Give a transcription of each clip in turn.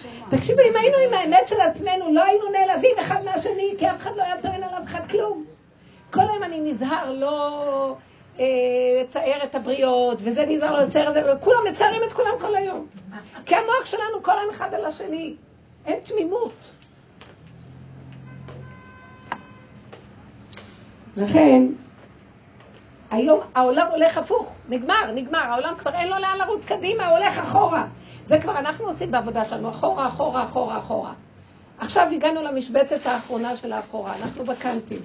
תקשיבו, אם היינו עם האמת של עצמנו, לא היינו נעלבים אחד מהשני, כי אף אחד לא היה טוען עליו אחד כלום. כל היום אני נזהר לא לצייר את הבריות, וזה נזהר לא לצייר את זה, וכולם מציירים את כולם כל היום. כי המוח שלנו כל היום אחד על השני. אין תמימות. לכן, היום העולם הולך הפוך, נגמר, העולם כבר אין לו לאן לרוץ קדימה, הולך אחורה. זה כבר אנחנו עושים בעבודה שלנו, אחורה. עכשיו הגענו למשבצת האחרונה של האחורה, אנחנו בקנטים.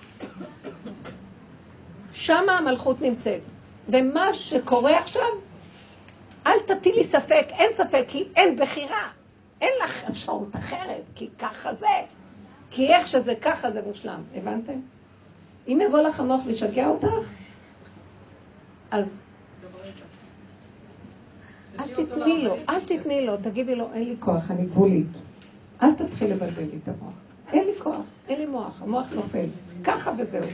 שם המלכות נמצאת. ומה שקורה עכשיו, אל תטילי ספק, אין ספק, כי אין בחירה. אין לך אפשרות אחרת, כי ככה זה. כי איך שזה ככה זה מושלם, הבנתם? אם יבוא לך המוח וישגע אותך, אז אל תתני לו, תגידי לו, אין לי כוח, אני גבולית. אל תתחיל לבלבל לי את המוח. אין לי כוח, אין לי מוח, המוח נופל. ככה וזהו.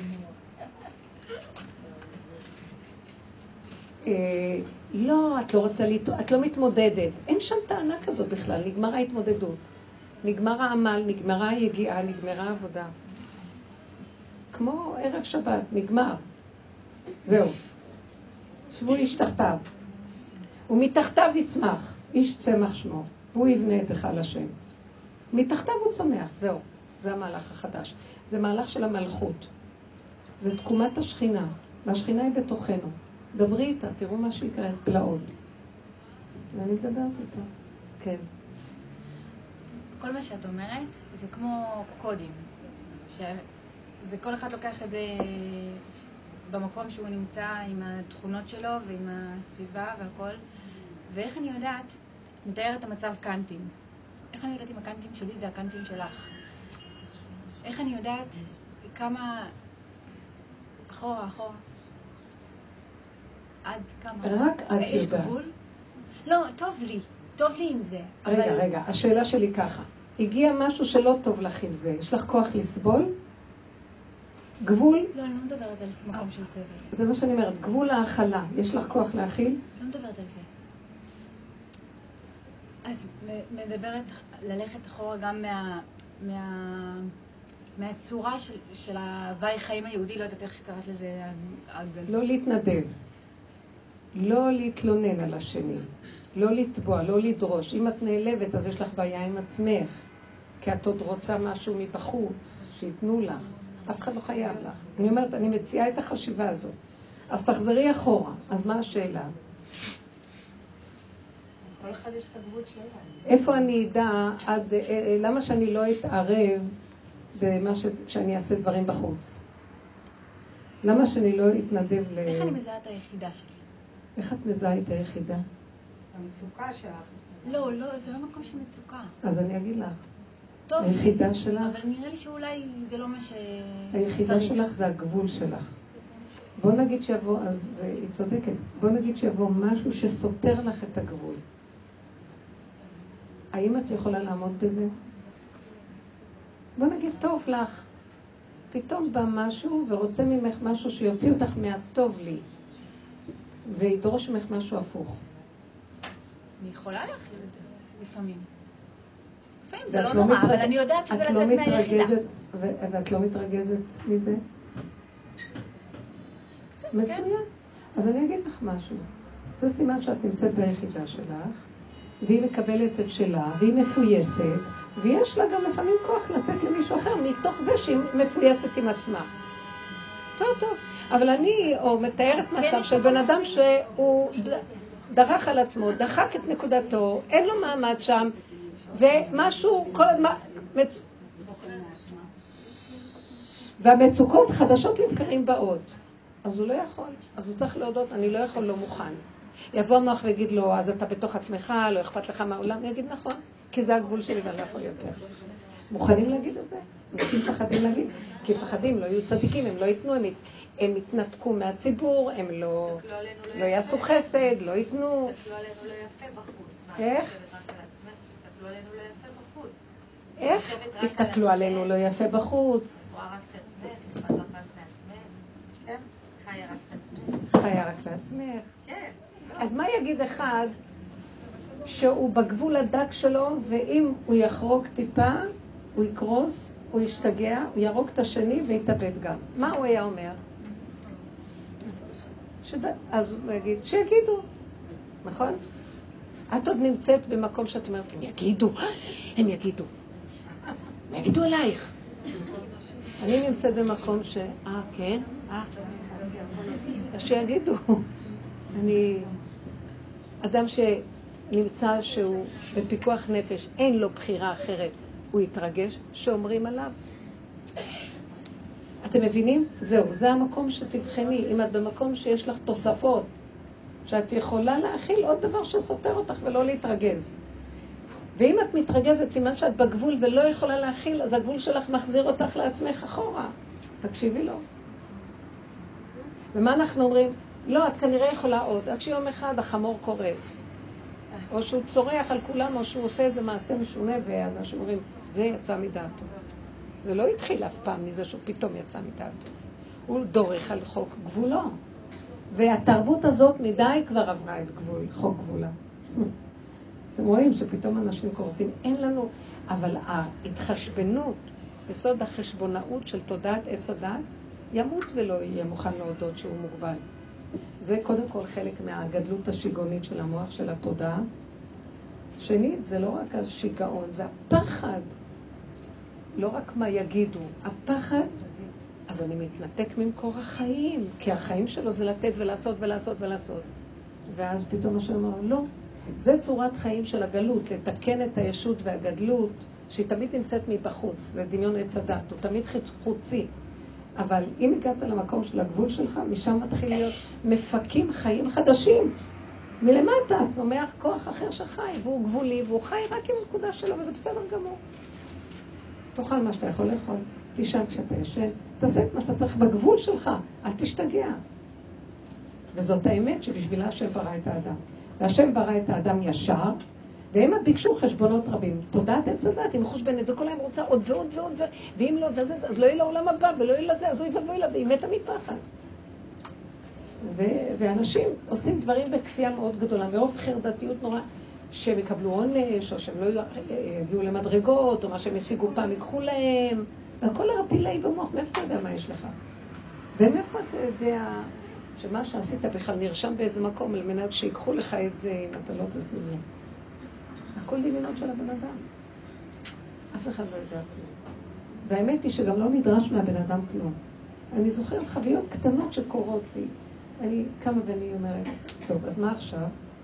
לא, את לא רוצה את לא מתמודדת. אין שם טענה כזאת בכלל, נגמרה ההתמודדות. נגמר העמל, נגמרה היגיעה, נגמרה העבודה. כמו ערב שבת, נגמר. זהו. שבו איש תחתיו. ומתחתיו יצמח, איש צמח שמו. והוא יבנה את היכל השם. מתחתיו הוא צומח, זהו. זה המהלך החדש. זה מהלך של המלכות. זה תקומת השכינה. והשכינה היא בתוכנו. דברי איתה, תראו מה שיקרה, פלאות. ואני מדברת איתה. כן. כל מה שאת אומרת זה כמו קודים. זה כל אחד לוקח את זה במקום שהוא נמצא עם התכונות שלו ועם הסביבה והכל. ואיך אני יודעת, מתאר את המצב קנטים. איך אני יודעת אם הקנטים שלי זה הקנטים שלך? איך אני יודעת כמה אחורה? עד כמה? רק עד יש יודעת. גבול? לא, טוב לי עם זה. רגע, השאלה שלי ככה. הגיע משהו שלא טוב לך עם זה. יש לך כוח לסבול? גבול? לא, אני לא מדברת על מקום של סבל. זה מה שאני אומרת, גבול האכלה. יש לך כוח להכיל? לא מדברת על זה. אז מדברת ללכת אחורה גם מהצורה של ההווי חיים היהודי, לא יודעת איך שקראת לזה. לא להתנדב. לא להתלונן על השני. לא לתבוע, לא לדרוש. אם את נעלבת, אז יש לך בעיה עם עצמך. כי את עוד רוצה משהו מבחוץ, שיתנו לך. אף אחד לא חייב לך. אני אומרת, אני מציעה את החשיבה הזאת. אז תחזרי אחורה. אז מה השאלה? כל אחד יש את הגבול שלו. איפה אני אדע למה שאני לא אתערב שאני אעשה דברים בחוץ? למה שאני לא אתנדב איך אני מזהה את היחידה שלי? איך את מזהה את היחידה? המצוקה שלך. לא, זה לא מקום של מצוקה. אז אני אגיד לך. טוב. היחידה שלך? אבל נראה לי שאולי זה לא מה ש... היחידה שלך זה הגבול שלך. בוא נגיד שיבוא, אז היא צודקת, בוא נגיד שיבוא משהו שסותר לך את הגבול. האם את יכולה לעמוד בזה? בוא נגיד טוב לך. פתאום בא משהו ורוצה ממך משהו שיוציא אותך מהטוב לי. וידרוש ממך משהו הפוך. אני יכולה להכיל את זה, לפעמים. לפעמים זה לא נורא, אבל אני יודעת שזה לצאת מהיחידה. ואת לא מתרגזת מזה? מצוין. אז אני אגיד לך משהו. זה סימן שאת נמצאת ביחידה שלך, והיא מקבלת את שלה, והיא מפויסת, ויש לה גם לפעמים כוח לתת למישהו אחר, מתוך זה שהיא מפויסת עם עצמה. טוב. אבל אני מתארת מצב של בן אדם שהוא דרך על עצמו, דחק את נקודתו, אין לו מעמד שם, ומשהו, כל הזמן, והמצוקות חדשות לבקרים באות. אז הוא לא יכול, אז הוא צריך להודות, אני לא יכול, לא מוכן. יבוא המוח ויגיד לו, אז אתה בתוך עצמך, לא אכפת לך מהעולם, יגיד נכון, כי זה הגבול שלי ואני לא יכול יותר. מוכנים להגיד את זה? אנשים פחדים להגיד, כי פחדים, לא יהיו צדיקים, הם לא ייתנו, הם יתנתקו מהציבור, הם לא יעשו חסד, לא ייתנו. תסתכלו עלינו לא יפה בחוץ. איך? תסתכלו עלינו לא יפה בחוץ. איך? תסתכלו עלינו לא יפה בחוץ. רואה רק את עצמך, אכפת לך רק מעצמך. כן? חיה רק את עצמך. חיה רק לעצמך. כן. אז מה יגיד אחד שהוא בגבול הדק שלו, ואם הוא יחרוג טיפה, הוא יקרוס, הוא ישתגע, הוא ירוג את השני ויתאבד גם. מה הוא היה אומר? אז הוא יגיד, שיגידו, נכון? את עוד נמצאת במקום שאת אומרת, הם יגידו עלייך. אני נמצאת במקום כן? שיגידו. אני אדם שנמצא שהוא בפיקוח נפש, אין לו בחירה אחרת, הוא יתרגש, שאומרים עליו. אתם מבינים? זהו, זה המקום שתבחני. אם את במקום שיש לך תוספות, שאת יכולה להכיל עוד דבר שסותר אותך ולא להתרגז. ואם את מתרגזת, סימן שאת בגבול ולא יכולה להכיל, אז הגבול שלך מחזיר אותך לעצמך אחורה. תקשיבי לו. ומה אנחנו אומרים? לא, את כנראה יכולה עוד. עד שיום אחד החמור קורס. או שהוא צורח על כולם, או שהוא עושה איזה מעשה משונה, ואנשים אומרים, זה יצא מדעתו. זה לא התחיל אף פעם מזה שהוא פתאום יצא מדעתו. הוא דורך על חוק גבולו. והתרבות הזאת מדי כבר עברה את גבול, חוק גבולה. אתם רואים שפתאום אנשים קורסים. אין לנו, אבל ההתחשבנות, יסוד החשבונאות של תודעת עץ הדת, ימות ולא יהיה מוכן להודות שהוא מוגבל. זה קודם כל חלק מהגדלות השיגעונית של המוח של התודעה. שנית, זה לא רק השיגעון, זה הפחד. לא רק מה יגידו, הפחד, אז אני מתנתק ממקור החיים, כי החיים שלו זה לתת ולעשות ולעשות ולעשות. ואז פתאום השם אומר, לא, זה צורת חיים של הגלות, לתקן את הישות והגדלות, שהיא תמיד נמצאת מבחוץ, זה דמיון עץ הדת, הוא תמיד חוצי. אבל אם הגעת למקום של הגבול שלך, משם מתחיל להיות מפקים חיים חדשים. מלמטה, צומח כוח אחר שחי, והוא גבולי, והוא חי רק עם הנקודה שלו, וזה בסדר גמור. תאכל מה שאתה יכול לאכול, תישן כשאתה ישן, תעשה את מה שאתה צריך בגבול שלך, אל תשתגע. וזאת האמת שבשבילה השם ברא את האדם. והשם ברא את האדם ישר, והם ביקשו חשבונות רבים. תודעת עץ הדת, אם חושבן את זה, כל היום רוצה עוד ועוד ועוד, ואם לא, אז לא יהיה לעולם הבא, ולא יהיה לזה, אז הוא יבוא לה, והיא מתה מפחד. ואנשים עושים דברים בכפייה מאוד גדולה, מרוב חרדתיות נורא, שהם יקבלו עונש, או שהם לא יגיעו למדרגות, או מה שהם השיגו פעם ייקחו להם, והכל הרטילאי במוח, מאיפה אתה יודע מה יש לך? ומאיפה אתה יודע שמה שעשית בכלל נרשם באיזה מקום, על מנת שיקחו לך את זה אם אתה לא תשים לו. הכל דמיונות של הבן אדם. אף אחד לא יודע כלום. והאמת היא שגם לא נדרש מהבן אדם כלום. אני זוכרת חוויות קטנות שקורות לי. אני קמה ואני אומרת, טוב, אז מה עכשיו?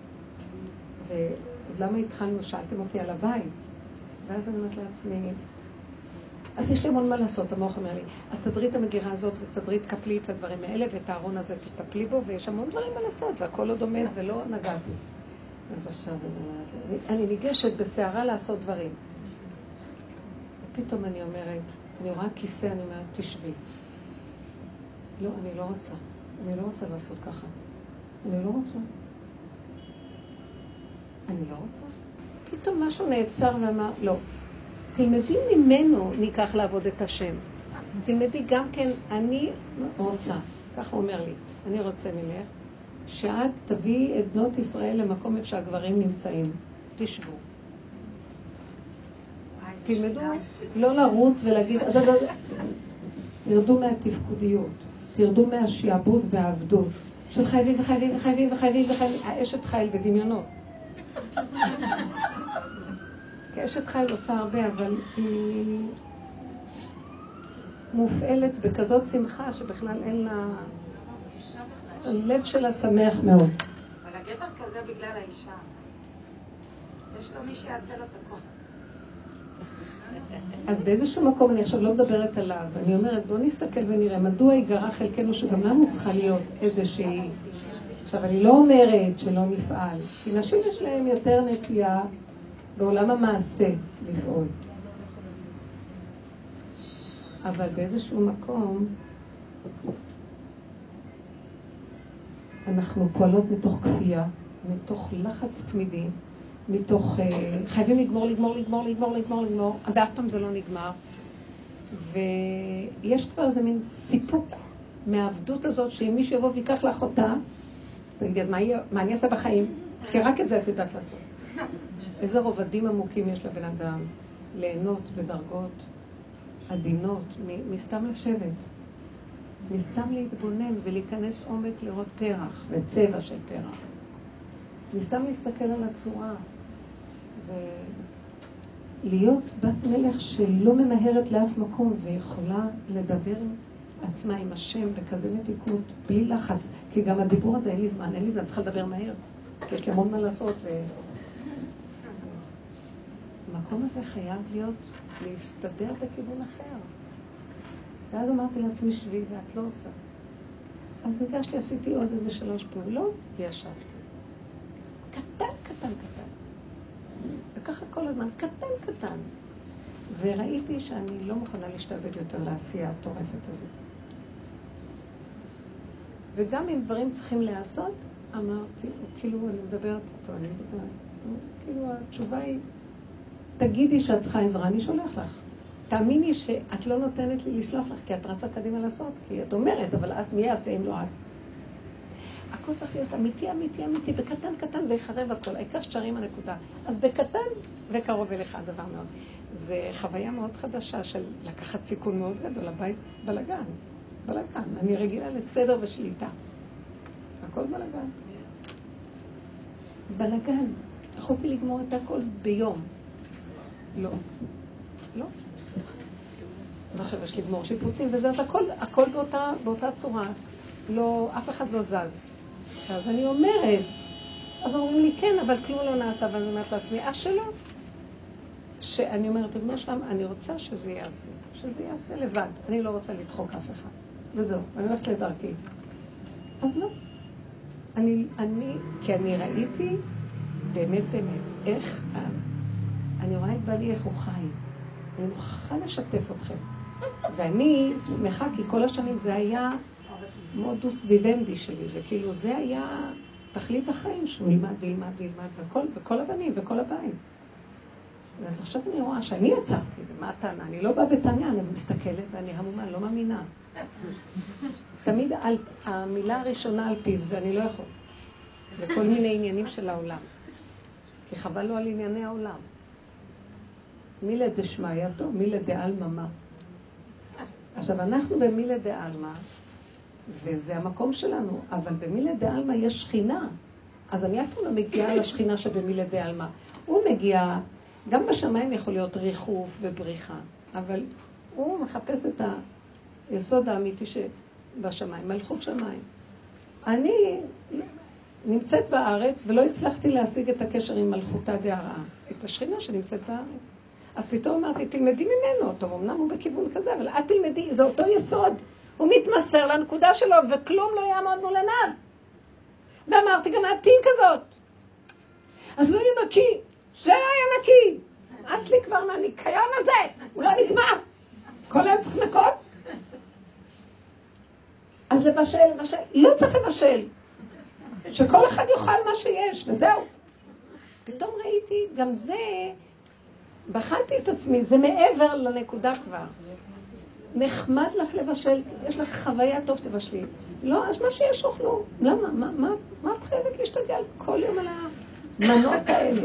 אז למה התחלנו? שאלתם אותי על הבית. ואז אני אומרת לעצמי, אז יש לי המון מה לעשות, המוח אומר לי, אז תדרי את המגירה הזאת ותדרי תקפלי את הדברים האלה ואת הארון הזה תטפלי בו, ויש המון דברים מה לעשות, זה הכל עוד עומד ולא נגעתי. אז עכשיו אני ניגשת בסערה לעשות דברים. ופתאום אני אומרת, אני רואה כיסא, אני אומרת, תשבי. לא, אני לא רוצה. אני לא רוצה לעשות ככה. אני לא רוצה. אני לא רוצה. פתאום משהו נעצר ואמר, לא. תלמדי ממנו ניקח לעבוד את השם. תלמדי גם כן, אני רוצה. ככה הוא אומר לי, אני רוצה ממך, שאת תביא את בנות ישראל למקום איפה שהגברים נמצאים. תשבו. תלמדו לא לרוץ ולהגיד, תרדו מהתפקודיות, תרדו מהשיעבוד והעבדות, של חייבים וחייבים וחייבים וחייבים וחייבים, האשת חייל בדמיונות. כי אשת חייל עושה הרבה, אבל היא מופעלת בכזאת שמחה שבכלל אין לה... הלב שלה שמח מאוד. אבל הגבר כזה בגלל האישה. יש לו מי שיעשה לו את הכל. אז באיזשהו מקום, אני עכשיו לא מדברת עליו, אני אומרת, בואו נסתכל ונראה, מדוע ייגרע חלקנו שגם לנו צריכה להיות איזושהי... עכשיו, אני לא אומרת שלא נפעל, כי נשים יש להם יותר נטייה בעולם המעשה לפעול. אבל באיזשהו מקום, אנחנו פועלות מתוך כפייה, מתוך לחץ תמידי, מתוך חייבים לגמור, ואף פעם זה לא נגמר. ויש כבר איזה מין סיפוק מהעבדות הזאת, שאם מישהו יבוא ויקח לך אותה, תגידי, מה אני אעשה בחיים? כי רק את זה את יודעת לעשות. איזה רובדים עמוקים יש לבן אדם ליהנות בדרגות עדינות, מסתם לשבת, מסתם להתבונן ולהיכנס עומק לראות פרח וצבע של פרח, מסתם להסתכל על הצורה ולהיות בת מלך שלא ממהרת לאף מקום ויכולה לדבר עם עצמה, עם השם, בכזה מתיקות, בלי לחץ, כי גם הדיבור הזה אין לי זמן, אני צריכה לדבר מהר, כי יש לי המון מה לעשות המקום הזה חייב להיות, להסתדר בכיוון אחר. ואז אמרתי לעצמי שבי ואת לא עושה. אז ניגשתי, עשיתי עוד איזה 3 פעולות וישבתי. קטן. וככה כל הזמן, קטן. וראיתי שאני לא מוכנה להשתעבד יותר לעשייה הטורפת הזאת. וגם אם דברים צריכים לעשות, אמרתי, כאילו אני מדברת איתו, כאילו התשובה היא, תגידי שאת צריכה עזרה, אני שולח לך. תאמיני שאת לא נותנת לי לשלוח לך, כי את רצה קדימה לעשות, כי את אומרת, אבל את מי יעשה אם לא את? הכל צריך להיות אמיתי, בקטן ויחרב הכל. העיקר שתרים הנקודה. אז בקטן וקרוב אליך הדבר מאוד. זה חוויה מאוד חדשה של לקחת סיכון מאוד גדול, הבית בלגן. אני רגילה לסדר ושליטה. הכל בלגן. יכולתי לגמור את הכל ביום. לא. אז עכשיו יש לגמור שיפוצים וזה, אז הכל באותה צורה. לא, אף אחד לא זז. אז אני אומרת, אז אומרים לי כן, אבל כלום לא נעשה, ואני אומרת לעצמי, שלא. שאני אומרת, לבנו שלם, אני רוצה שזה יעשה לבד. אני לא רוצה לדחוק אף אחד. וזהו, אני הולכת לדרכי. אז לא. כי אני ראיתי באמת, איך, אני רואה את בעלי איך הוא חי. אני מוכרחה לשתף אתכם. ואני שמחה, כי כל השנים זה היה מודוס ויבנדי שלי. זה כאילו, זה היה תכלית החיים, שהוא ילמד, וכל הבנים וכל הבית. אז עכשיו אני רואה שאני יצרתי את זה, מה הטענה? אני לא באה בטענה, אני מסתכלת ואני המומה, לא מאמינה. תמיד המילה הראשונה על פיו, זה אני לא יכול. וכל מיני עניינים של העולם. כי חבל לו על ענייני העולם. מילה דשמיא טוב, מילה דעלמא מה. עכשיו, אנחנו במילה דעלמא, וזה המקום שלנו, אבל במילה דעלמא יש שכינה. אז אני אף פעם לא מגיעה לשכינה שבמילה דעלמא. הוא מגיע, גם בשמיים יכול להיות ריחוף ובריחה, אבל הוא מחפש את היסוד האמיתי שבשמיים, מלכות שמיים. אני נמצאת בארץ ולא הצלחתי להשיג את הקשר עם מלכותה דהרעה, את השכינה שנמצאת בארץ. אז פתאום אמרתי, תלמדי ממנו, טוב, אמנם הוא בכיוון כזה, אבל את תלמדי, זה אותו יסוד. הוא מתמסר לנקודה שלו וכלום לא יעמוד מול עיניו. ואמרתי, גם את תהי כזאת. אז לא יהיה נקי, זה לא יהיה נקי. אז לי כבר מהניקיון הזה, הוא לא נגמר. כל היום צריך לנקות. אז לבשל, לא צריך לבשל. שכל אחד יאכל מה שיש, וזהו. פתאום ראיתי, גם זה, בחנתי את עצמי, זה מעבר לנקודה כבר. נחמד לך לבשל, יש לך חוויה טוב תבשלי. לא, אז מה שיש אוכלו. למה? מה את חייבת להשתגע כל יום על המנות האלה?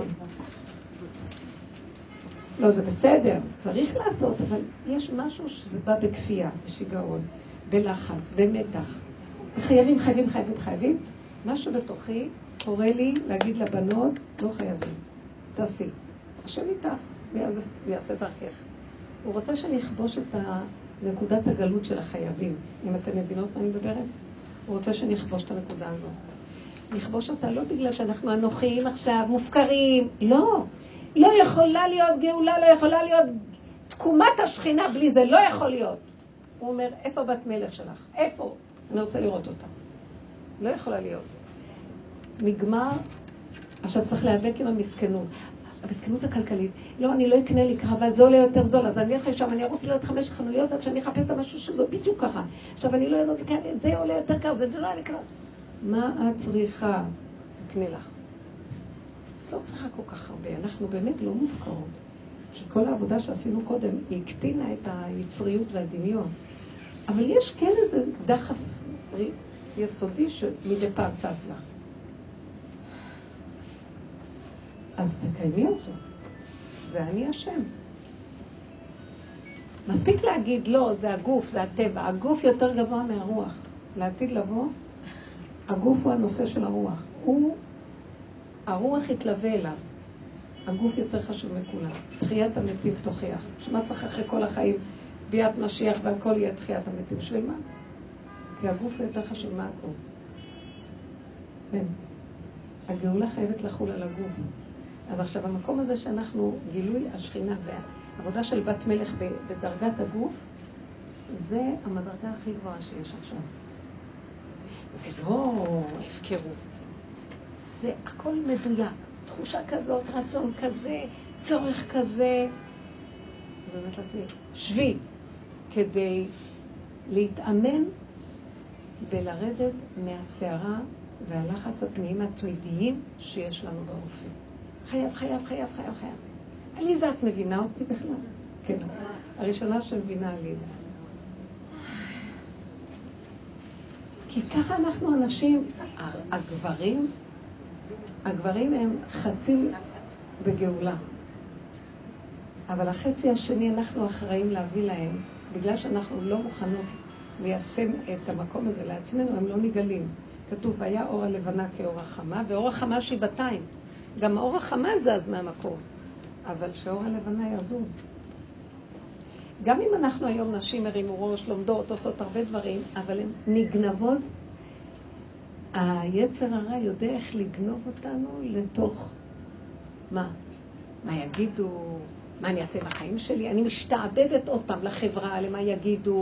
לא, זה בסדר, צריך לעשות, אבל יש משהו שזה בא בכפייה, בשיגעון, בלחץ, במתח. חייבים. משהו בתוכי קורא לי להגיד לבנות, לא חייבים. תעשי. השם איתך, ויעשה דרכך. הוא רוצה שאני אכבוש את נקודת הגלות של החייבים. אם אתם מבינות מה אני מדברת? הוא רוצה שאני אכבוש את הנקודה הזאת. נכבוש אותה לא בגלל שאנחנו אנוכיים עכשיו, מופקרים. לא. לא יכולה להיות גאולה, לא יכולה להיות תקומת השכינה בלי זה. לא יכול להיות. הוא אומר, איפה בת מלך שלך? איפה? אני רוצה לראות אותה. לא יכולה להיות. נגמר. עכשיו צריך להיאבק עם המסכנות. המסכנות הכלכלית. לא, אני לא אקנה לי ככה, אבל זה עולה יותר זול. אז אני אלך לשם, אני ארוס להיות 5 חנויות עד שאני אחפש את המשהו שזו בדיוק ככה. עכשיו אני לא יודעת, זה עולה יותר קר, זה לא נקרא. מה את צריכה? תקנה לך. לא צריכה כל כך הרבה. אנחנו באמת לא מופקרות. כי כל העבודה שעשינו קודם, היא הקטינה את היצריות והדמיון. אבל יש כן איזה דחף יסודי שמדי פעם צץ לך. אז תקיימי אותו. זה אני השם. מספיק להגיד, לא, זה הגוף, זה הטבע. הגוף יותר גבוה מהרוח. לעתיד לבוא, הגוף הוא הנושא של הרוח. הרוח יתלווה אליו. הגוף יותר חשוב מכולם. תחיית המתים תוכיח. שמה צריך אחרי כל החיים? ביאת משיח והכל יהיה תחיית המתים. בשביל מה? כי הגוף הוא יותר חשוב מהכל. כן. הגאולה חייבת לחול על הגוף. אז עכשיו, המקום הזה שאנחנו, גילוי השכינה והעבודה של בת מלך בדרגת הגוף, זה המדרגה הכי גבוהה שיש עכשיו. זה לא הפקרו. זה הכל מדויק. תחושה כזאת, רצון כזה, צורך כזה. אז אני אומרת לעצמי, שבי, כדי להתאמן בלרדת מהסערה והלחץ הפנימיים התמידיים שיש לנו באופן. חייב, חייב, חייב, חייב, חייב. עליזה, את מבינה אותי בכלל? כן. הראשונה שמבינה עליזה. כי ככה אנחנו אנשים, הגברים הם חצי בגאולה. אבל החצי השני אנחנו אחראים להביא להם, בגלל שאנחנו לא מוכנות ליישם את המקום הזה לעצמנו, הם לא נגלים. כתוב, היה אור הלבנה כאור החמה, ואור החמה שיבתיים. גם האור החמה זז מהמקום, אבל שאור הלבנה יזוז. גם אם אנחנו היום נשים מרימו ראש, לומדות, עושות הרבה דברים, אבל הן נגנבות, היצר הרע יודע איך לגנוב אותנו לתוך מה? מה יגידו? מה אני אעשה בחיים שלי? אני משתעבדת עוד פעם לחברה, למה יגידו,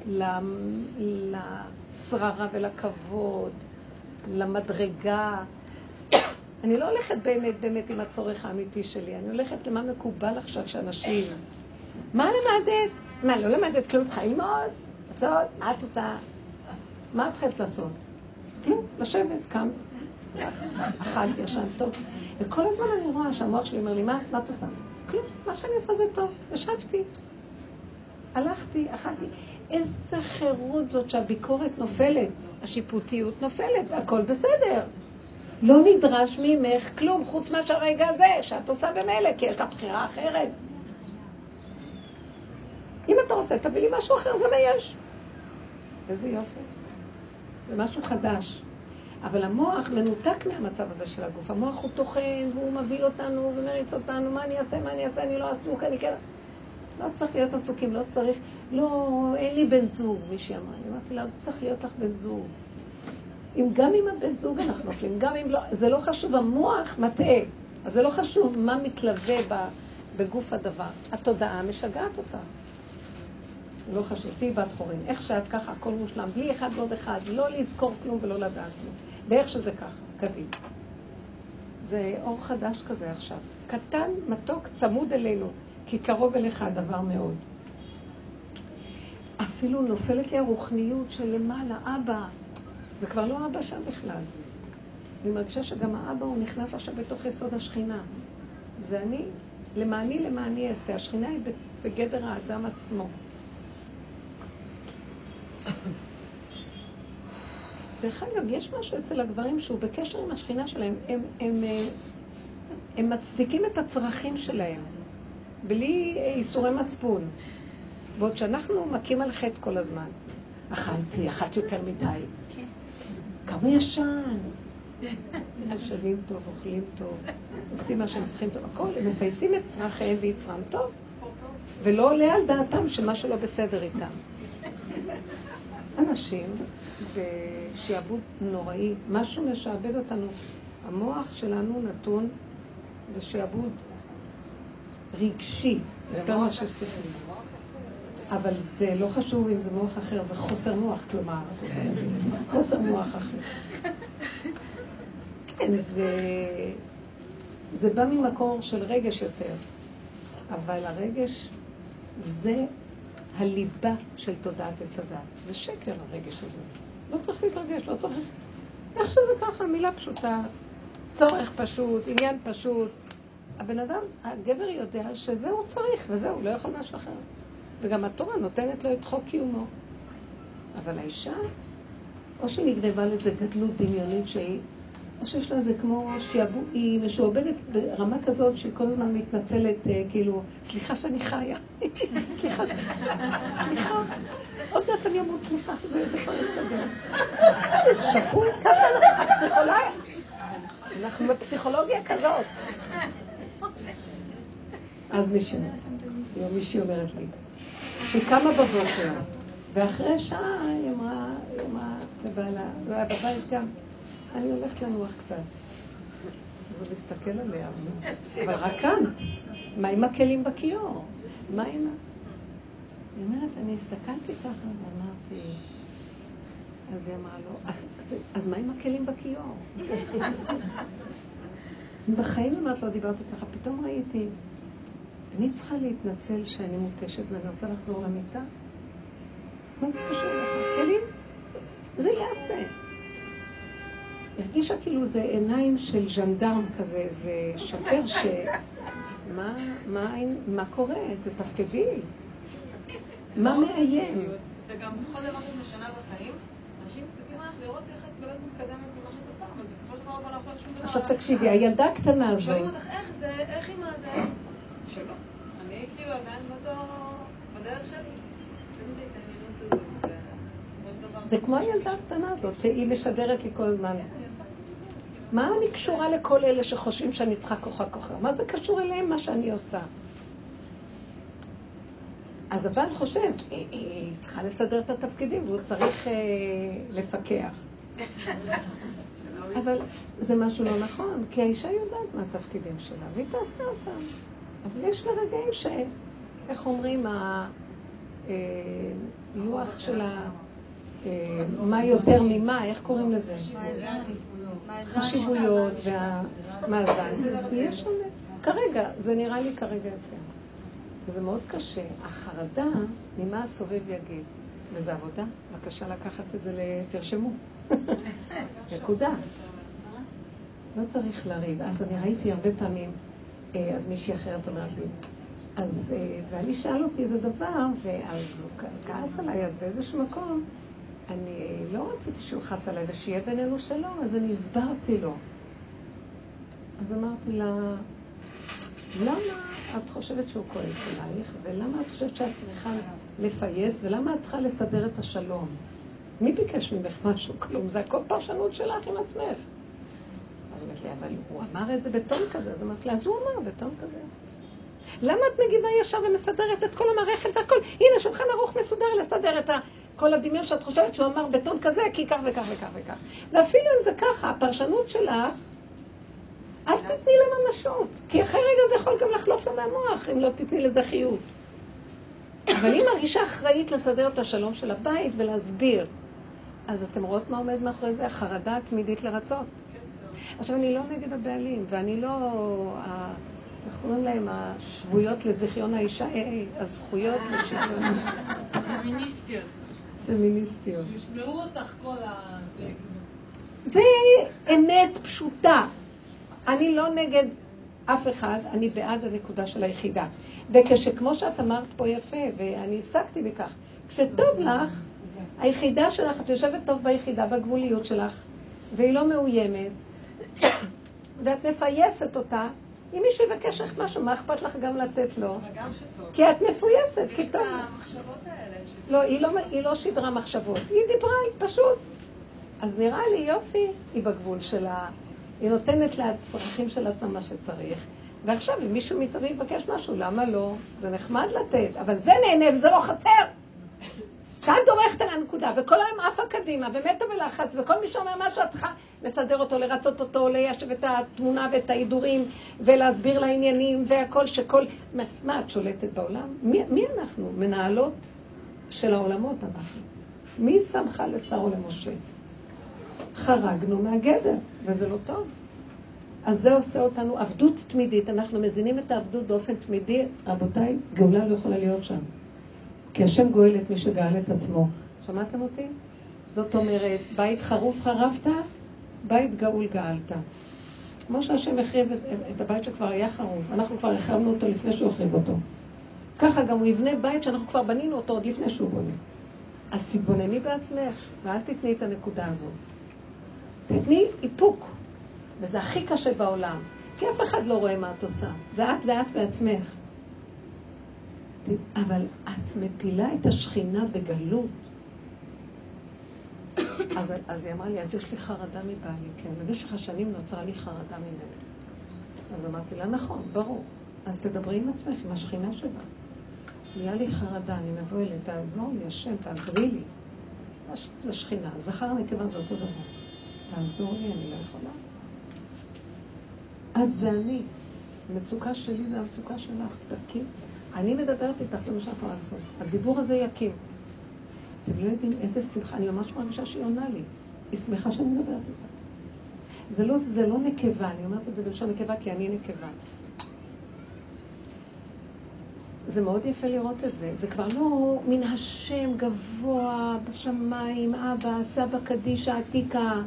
לשררה ולכבוד, למדרגה. אני לא הולכת באמת עם הצורך האמיתי שלי, אני הולכת למה מקובל עכשיו שאנשים. מה למדת? מה, לא למדת כלום, צריכה ללמוד? לעשות? מה את עושה? מה את חייבת לעשות? כלום, לשבת, קם, אכלתי, ישן טוב. וכל הזמן אני רואה שהמוח שלי אומר לי, מה את עושה? כלום, מה שאני עושה זה טוב. ישבתי, הלכתי, אכלתי. איזה חירות זאת שהביקורת נופלת, השיפוטיות נופלת, הכל בסדר. לא נדרש ממך כלום, חוץ מהרגע הזה, שאת עושה במילא, כי יש לה בחירה אחרת. אם אתה רוצה, תביא לי משהו אחר, זה מה יש. איזה יופי. זה משהו חדש. אבל המוח מנותק מהמצב הזה של הגוף. המוח הוא תוכן, והוא מביא אותנו ומריץ אותנו, מה אני אעשה, אני לא עסוק, אני כן. לא צריך להיות עסוקים, לא צריך, לא, אין לי בן זוג, מישהי אמרה. אני אמרתי לה, צריך להיות לך בן זוג. גם עם הבן זוג אנחנו נופלים, גם אם לא, זה לא חשוב, המוח מטעה. אז זה לא חשוב מה מתלווה בגוף הדבר. התודעה משגעת אותה. לא חשוב, תהי בת חורין. איך שאת ככה, הכל מושלם, בלי אחד ועוד אחד, לא לזכור כלום ולא לדעת כלום. ואיך שזה ככה, קדימה. זה אור חדש כזה עכשיו. קטן, מתוק, צמוד אלינו, כי קרוב אליך הדבר מאוד. אפילו נופלת לי הרוחניות של למעלה, אבא. זה כבר לא אבא שם בכלל. אני מרגישה שגם האבא הוא נכנס עכשיו בתוך יסוד השכינה. זה אני, למעני אעשה. השכינה היא בגדר האדם עצמו. דרך אגב, יש משהו אצל הגברים שהוא בקשר עם השכינה שלהם. הם מצדיקים את הצרכים שלהם, בלי איסורי מצפון. בעוד שאנחנו מכים על חטא כל הזמן. אכלתי יותר מדי. כמה ישן. ישנים טוב, אוכלים טוב, עושים מה שהם צריכים טוב. הכל, הם מפייסים את צרכיהם ויצרם טוב, ולא עולה על דעתם שמשהו לא בסדר איתם. אנשים בשעבוד נוראי, משהו משעבד אותנו. המוח שלנו נתון בשעבוד רגשי, יותר מה ששכלי. אבל זה לא חשוב אם זה מוח אחר, זה חוסר מוח, כלומר, חוסר מוח אחר. כן, זה בא ממקור של רגש יותר, אבל הרגש זה הליבה של תודעת עץ הדת. זה שקר הרגש הזה. לא צריך להתרגש, לא צריך... איך שזה ככה, מילה פשוטה, צורך פשוט, עניין פשוט. הבן אדם, הגבר יודע שזהו צריך, וזהו, לא יכול משהו אחר. וגם התורה נותנת לו את חוק קיומו. אבל האישה, או שהיא נגנבה לזה גדלות דמיונית שהיא או שיש לה זה כמו שיעבוד, היא משועבדת ברמה כזאת שהיא כל הזמן מתנצלת, כאילו, סליחה שאני חיה, סליחה, עוד מעט אני אמות, סליחה, זה כבר יסתדר. זה שפוי, ככה אנחנו בפסיכולוגיה כזאת. אז מישהי אומרת לי, שהיא קמה בבוקר, ואחרי שעה היא אמרה לבעלה, והיה בבית גם, אני הולכת לנוח קצת. אז הוא מסתכל עליה, אבל רקמת. מה עם הכלים בכיור? מה עם... היא אומרת, אני הסתכלתי ככה ואמרתי, אז היא אמרה לו, אז מה עם הכלים בכיור? בחיים אמרת לא דיברתי ככה, פתאום ראיתי, אני צריכה להתנצל שאני מותשת ואני רוצה לחזור למיטה? מה זה קשור לך? כלים? זה יעשה. הרגישה כאילו זה עיניים של ז'נדרם כזה, זה שוטר ש... מה קורה? תתפקדי. מה מאיים? וגם בכל דבר שאת משנה בחיים, אנשים מסתכלים עליך לראות איך את באמת מתקדמת ממה שאת עושה, אבל בסופו של דבר לא יכול שום דבר. עכשיו תקשיבי, הילדה הקטנה הזאת... שואלים אותך איך זה, איך היא עדיין? שלא. אני כאילו עדיין בדרך שלי. זה כמו הילדה הקטנה הזאת, שהיא משדרת לי כל הזמן. מה אני קשורה לכל אלה שחושבים שאני צריכה כוחה? מה זה קשור אליהם, מה שאני עושה? אז הבן חושב, היא צריכה לסדר את התפקידים, והוא צריך לפקח. אבל זה משהו לא נכון, כי האישה יודעת מה התפקידים שלה, והיא תעשה אותם. אבל יש לה רגעים ש... איך אומרים, הלוח של מה יותר ממה, איך קוראים לזה? חשיבויות והמאזן. יש שם, כרגע, זה נראה לי כרגע יותר. וזה מאוד קשה. החרדה, ממה הסובב יגיד? וזה עבודה. בבקשה לקחת את זה תרשמו. נקודה. לא צריך לריב. אז אני ראיתי הרבה פעמים, אז מישהי אחרת אומרת לי, אז, ואני שאל אותי איזה דבר, ואז הוא כעס עליי, אז באיזשהו מקום, אני לא רציתי שהוא חס עליי ושיהיה בינינו שלום, אז אני הסברתי לו. אז אמרתי לה, למה את חושבת שהוא כועס עלייך, ולמה את חושבת שאת צריכה לפייס, ולמה את צריכה לסדר את השלום? מי ביקש ממך משהו? כלום, זה הכל פרשנות שלך עם עצמך. אז אמרתי לי, אבל הוא אמר את זה בטון כזה, אז אמרתי לה, אז הוא אמר בטון כזה. למה את מגיבה ישר ומסדרת את כל המערכת והכל? הנה, שולחן ערוך מסודר לסדר את כל הדמיון שאת חושבת שהוא אמר בטון כזה, כי כך וכך וכך וכך. ואפילו אם זה ככה, הפרשנות שלך, אל תתני לממשות, כי אחרי רגע זה יכול גם לחלוף לה מהמוח, אם לא תתני לזה חיות. אבל אם מרגישה אחראית לסדר את השלום של הבית ולהסביר, אז אתם רואות מה עומד מאחורי זה? החרדה התמידית לרצות. עכשיו, אני לא נגד הבעלים, ואני לא... איך קוראים להם? השבויות לזכיון האישה, הזכויות לשוויון. פמיניסטיות. פמיניסטיות. שישמעו אותך כל ה... זה אמת פשוטה. אני לא נגד אף אחד, אני בעד הנקודה של היחידה. וכשכמו שאת אמרת פה יפה, ואני עסקתי בכך, כשטוב לך, היחידה שלך, את יושבת טוב ביחידה, בגבוליות שלך, והיא לא מאוימת, ואת מפייסת אותה, אם מישהו יבקש לך משהו, מה אכפת לך גם לתת לו? גם שטוב. כי את מפויסת, כי טוב. יש את המחשבות האלה. לא, היא לא שידרה מחשבות, היא דיברה, היא פשוט. אז נראה לי יופי, היא בגבול שלה, היא נותנת לצרכים של עצמה מה שצריך. ועכשיו, אם מישהו מסביב יבקש משהו, למה לא? זה נחמד לתת, אבל זה נהנה וזה לא חסר. שאת דורכת על הנקודה, וכל היום עפה קדימה, ומתה בלחץ, וכל מי שאומר משהו, את צריכה לסדר אותו, לרצות אותו, ליישב את התמונה ואת ההידורים, ולהסביר לעניינים, והכל שכל... מה, את שולטת בעולם? מי אנחנו? מנהלות של העולמות אנחנו. מי שמך לשר או למשה? חרגנו מהגדר, וזה לא טוב. אז זה עושה אותנו עבדות תמידית. אנחנו מזינים את העבדות באופן תמידי. רבותיי, גאולה לא יכולה להיות שם. כי השם גואל את מי שגאל את עצמו. שמעתם אותי? זאת אומרת, בית חרוף חרבת, בית גאול גאלת. כמו שהשם החריב את הבית שכבר היה חרוף, אנחנו כבר החרבנו אותו לפני שהוא החריב אותו. ככה גם הוא יבנה בית שאנחנו כבר בנינו אותו עוד לפני שהוא בונה. אז תתבונני בעצמך, ואל תתני את הנקודה הזאת. תתני איפוק. וזה הכי קשה בעולם. כי אף אחד לא רואה מה את עושה. זה את ואת בעצמך. אבל את מפילה את השכינה בגלות. אז היא אמרה לי, אז יש לי חרדה מבעלי, כן. במשך השנים נוצרה לי חרדה ממנו. אז אמרתי לה, נכון, ברור. אז תדברי עם עצמך, עם השכינה שלה. נהיה לי חרדה, אני מבואלת, תעזור לי, השם, תעזרי לי. זה שכינה, זכר נקבה זה אותו דבר. תעזור לי, אני לא יכולה. את זה אני. המצוקה שלי זה המצוקה שלך, תקים. אני מדברת איתך, זה מה שאת יכולה לעשות. הדיבור הזה יקים. אתם לא יודעים איזה שמחה, אני ממש מרגישה שהיא עונה לי. היא שמחה שאני מדברת איתה. זה לא נקבה, אני אומרת את זה בלשון נקבה כי אני נקבה. זה מאוד יפה לראות את זה. זה כבר לא מן השם גבוה בשמיים, אבא, סבא קדישה, עתיקה.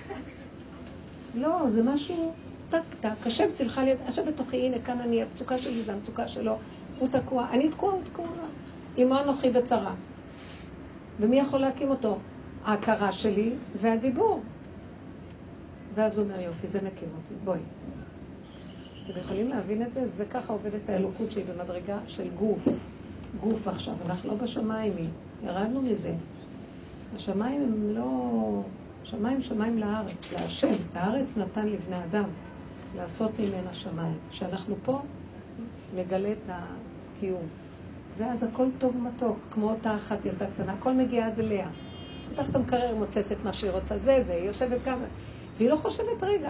לא, זה משהו טק, השם צילחה לי, השם בתוכי, הנה כאן אני, המצוקה שלי זה המצוקה שלו. הוא תקוע, אני תקוע, הוא תקוע. אמו אנוכי בצרה. ומי יכול להקים אותו? ההכרה שלי והדיבור. ואז הוא אומר, יופי, זה מקים אותי. בואי. אתם יכולים להבין את זה? זה ככה עובדת האלוקות שהיא במדרגה של גוף. גוף עכשיו. אנחנו לא בשמיים, ירדנו מזה. השמיים הם לא... שמיים לארץ, להשם. הארץ נתן לבני אדם לעשות ממנה שמיים. כשאנחנו פה, נגלה את הקיום. ואז הכל טוב מתוק, כמו אותה אחת ילדה קטנה, הכל מגיע עד אליה. פתחת המקרר, מוצאת את מה שהיא רוצה, זה, היא יושבת כמה, והיא לא חושבת רגע.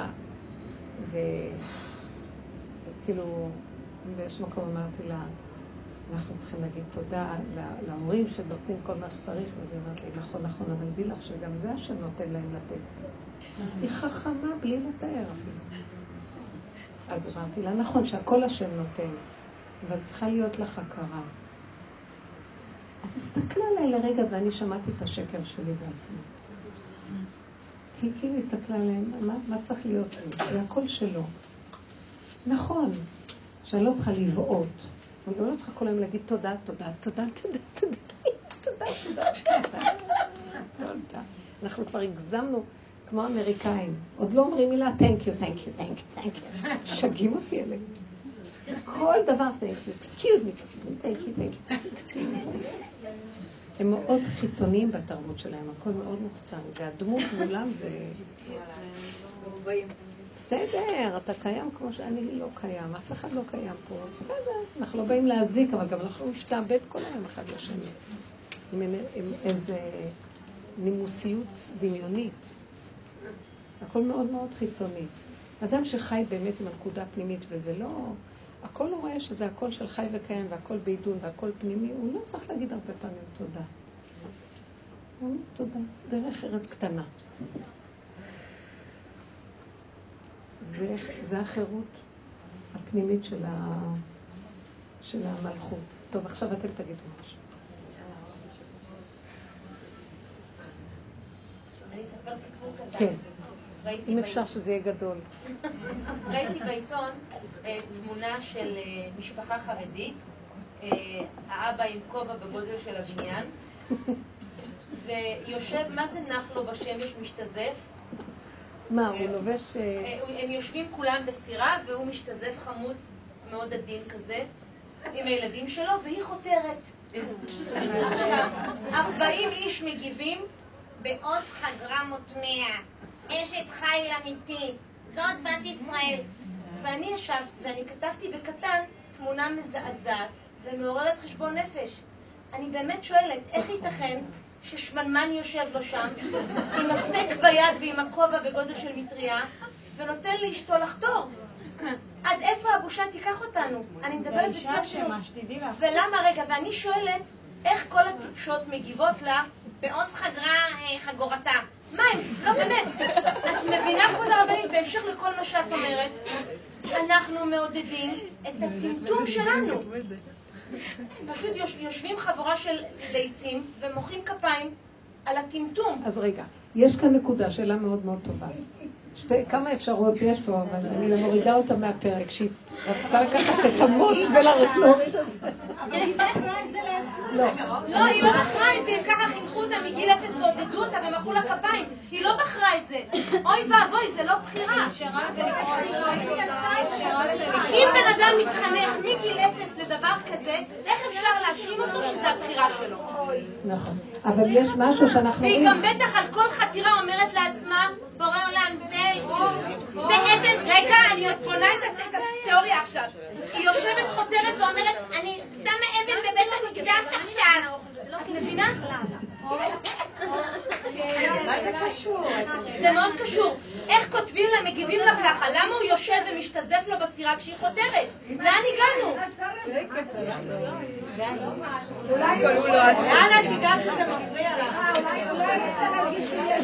אז כאילו, באיזשהו מקום אמרתי לה, אנחנו צריכים להגיד תודה להורים שנותנים כל מה שצריך, אז היא אמרת לי, נכון, אבל בי לך שגם זה השם נותן להם לתת. היא חכמה בלי לתאר. אז אמרתי לה, נכון שהכל השם נותן, אבל צריכה להיות לך הכרה. אז הסתכלה עליי לרגע ואני שמעתי את השקר שלי בעצמי. כי כאילו הסתכלה עליהם, מה צריך להיות לי? זה הכל שלו. נכון, שאני לא צריכה לבעוט. אני לא צריכה כל היום להגיד תודה. אנחנו כבר הגזמנו כמו אמריקאים. עוד לא אומרים מילה thank you. שגים אותי אליהם. כל דבר thank you. excuse me, thank you. הם מאוד חיצוניים בתרבות שלהם, הכל מאוד מוחצן. והדמות מולם זה... בסדר, אתה קיים כמו שאני לא קיים, אף אחד לא קיים פה. בסדר, אנחנו לא באים להזיק, אבל גם אנחנו משתעבד כל היום אחד לשני. עם איזה נימוסיות דמיונית. הכל מאוד מאוד חיצוני. אדם שחי באמת עם הנקודה הפנימית, וזה לא... הכל הוא רואה שזה הכל של חי וקיים, והכל בעידון, והכל פנימי, הוא לא צריך להגיד הרבה פעמים תודה. תודה, דרך ארץ קטנה. זה החירות הפנימית של המלכות. טוב, עכשיו אתם תגידו משהו. אני אספר סיפור קטן. כן. אם אפשר שזה יהיה גדול. ראיתי בעיתון תמונה של משפחה חרדית, האבא עם כובע בגודל של הבניין, ויושב, מה זה נח לו בשמש משתזף? מה, הוא לובש... הם יושבים כולם בסירה, והוא משתזף חמוד מאוד עדין כזה, עם הילדים שלו, והיא חותרת. 40 איש מגיבים, בעוד חגרה מוטמע, אשת חיל אמיתית, זאת בת ישראל. ואני ישבת ואני כתבתי בקטן תמונה מזעזעת ומעוררת חשבון נפש. אני באמת שואלת, איך ייתכן ששמנמן יושב לו שם עם הסטייק ביד ועם הכובע בגודל של מטריה ולנותן לאשתו לחתור? עד איפה הבושה תיקח אותנו? אני מדברת בשביל שלו. ולמה רגע, ואני שואלת איך כל הטיפשות מגיבות לה בעוד חגרה חגורתה. מה הם? לא באמת. את מבינה כבוד הרבנית, בהמשך לכל מה שאת אומרת, אנחנו מעודדים את הטמטום שלנו. פשוט יושבים חבורה של ליצים ומוחאים כפיים על הטמטום. אז רגע, יש כאן נקודה, שאלה מאוד מאוד טובה. כמה אפשרות יש פה, אבל אני מורידה אותה מהפרק, שהיא רצתה לקחת את המות ולהוריד את זה. אבל היא מכרה את זה לעצמה. לא, היא לא מכרה את זה, הם ככה חינכו אותה אותה מגיל 0 ועודדו אותה ומחאו לה כפיים. היא לא בחרה את זה. אוי ואבוי, זה לא בחירה. אם בן אדם מתחנך מגיל 0 לדבר כזה, איך אפשר להאשים אותו שזה הבחירה שלו? נכון. אבל יש משהו שאנחנו... והיא גם בטח על כל חתירה אומרת לעצמה, בורא עולם, זה אבן, רגע, אני בונה את התיאוריה עכשיו. היא יושבת חותרת ואומרת, אני שמה אבן בבית המקדש עכשיו. את מבינה? מה זה קשור? זה מאוד קשור. איך כותבים לה, מגיבים לה ככה? למה הוא יושב ומשתזף לו בסירה כשהיא חותרת? לאן הגענו? לאן את הגעת שזה מפריע לך? אולי נסה להרגיש שיש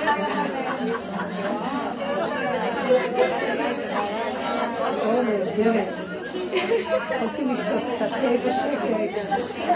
אותי לשתות קצת בשקט.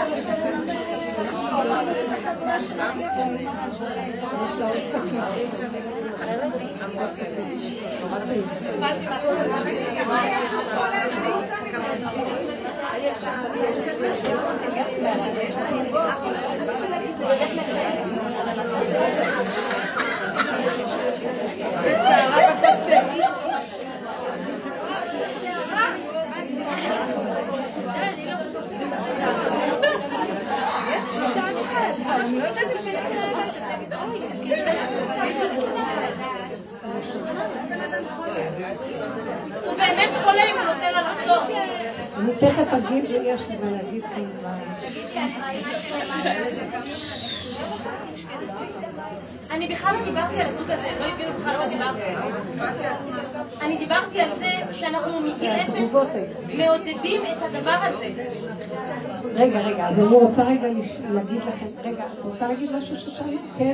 הוא באמת חולה אם הוא נותן לה לחזור. אני תכף אגיד שיש לי מה להגיד לי. אני בכלל לא דיברתי על הסוג הזה, לא הבינו בכלל מה דיברתי. אני דיברתי על זה שאנחנו מגיל 0 מעודדים את הדבר הזה. רגע, אז אני רוצה רגע להגיד לכם, רגע, את רוצה להגיד משהו ששאלה? כן?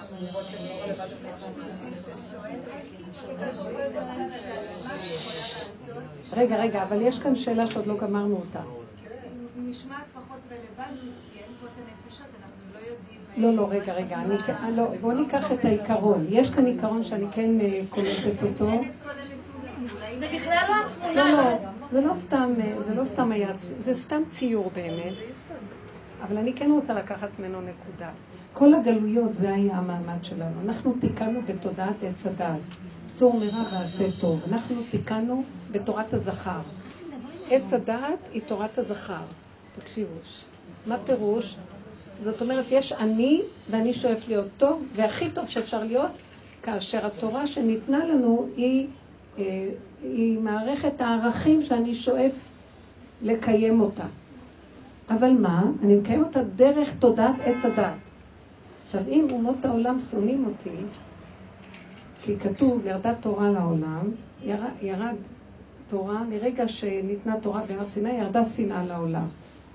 רגע, אבל יש כאן שאלה שעוד לא גמרנו אותה. נשמעת פחות רלוונטית, כי אין פה את הנפשות, אנחנו לא יודעים... לא, בואו ניקח את העיקרון. יש כאן עיקרון שאני כן קולטת אותו. זה בכלל לא התמונה. לא, זה לא סתם היה, זה סתם ציור באמת. אבל אני כן רוצה לקחת ממנו נקודה. כל הגלויות זה היה המעמד שלנו. אנחנו תיקנו בתודעת עץ הדעת. סור מרע ועשה טוב. אנחנו תיקנו בתורת הזכר. עץ הדעת היא תורת הזכר. תקשיבו. מה פירוש? זאת אומרת, יש אני ואני שואף להיות טוב, והכי טוב שאפשר להיות, כאשר התורה שניתנה לנו היא מערכת הערכים שאני שואף לקיים אותה. אבל מה? אני מקיים אותה דרך תודעת עץ הדעת. עכשיו, אם אומות העולם שונאים אותי, כי כתוב, ירדה תורה לעולם, ירד תורה, מרגע שניתנה תורה בהר סיני, ירדה שנאה לעולם.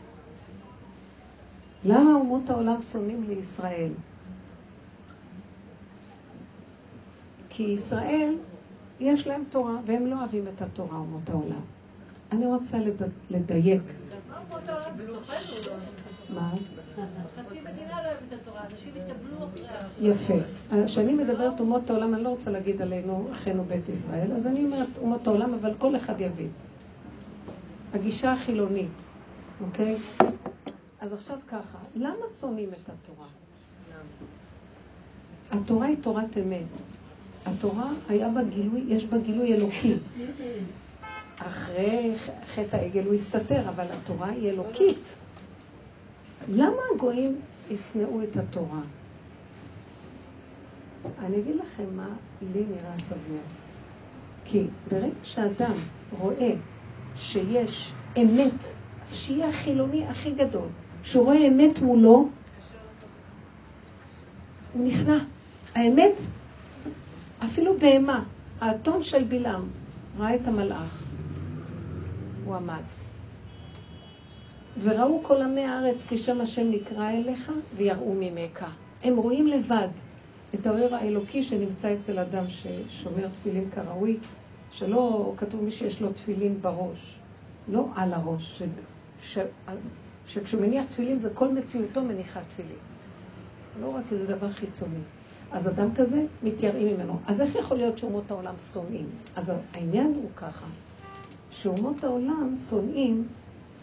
למה אומות העולם שונאים לישראל? כי ישראל, יש להם תורה, והם לא אוהבים את התורה, אומות העולם. אני רוצה לדייק. מה? חצי מדינה לא אוהבת את התורה, אנשים יתאבלו אחריה. יפה. כשאני מדברת אומות העולם, אני לא רוצה להגיד עלינו אחינו בית ישראל, אז אני אומרת אומות העולם, אבל כל אחד יבין. הגישה החילונית, אוקיי? אז עכשיו ככה, למה שונאים את התורה? התורה היא תורת אמת. התורה היה בה גילוי, יש בה גילוי אלוקי. אחרי חטא העגל הוא הסתתר, אבל התורה היא אלוקית. למה הגויים ישנאו את התורה? אני אגיד לכם מה לי נראה סביר. כי ברגע שאדם רואה שיש אמת, שהיא החילוני הכי גדול, שהוא רואה אמת מולו, הוא נכנע. האמת, אפילו בהמה, האתון של בלעם, ראה את המלאך. הוא עמד. וראו כל עמי הארץ כי שם השם נקרא אליך ויראו ממך. הם רואים לבד את האור האלוקי שנמצא אצל אדם ששומר תפילין כראוי, שלא כתוב מי שיש לו תפילין בראש, לא על הראש, שכשהוא מניח תפילין זה כל מציאותו מניחה תפילין. לא רק איזה דבר חיצוני. אז אדם כזה מתייראים ממנו. אז איך יכול להיות שאומות העולם שונאים? אז העניין הוא ככה, שאומות העולם שונאים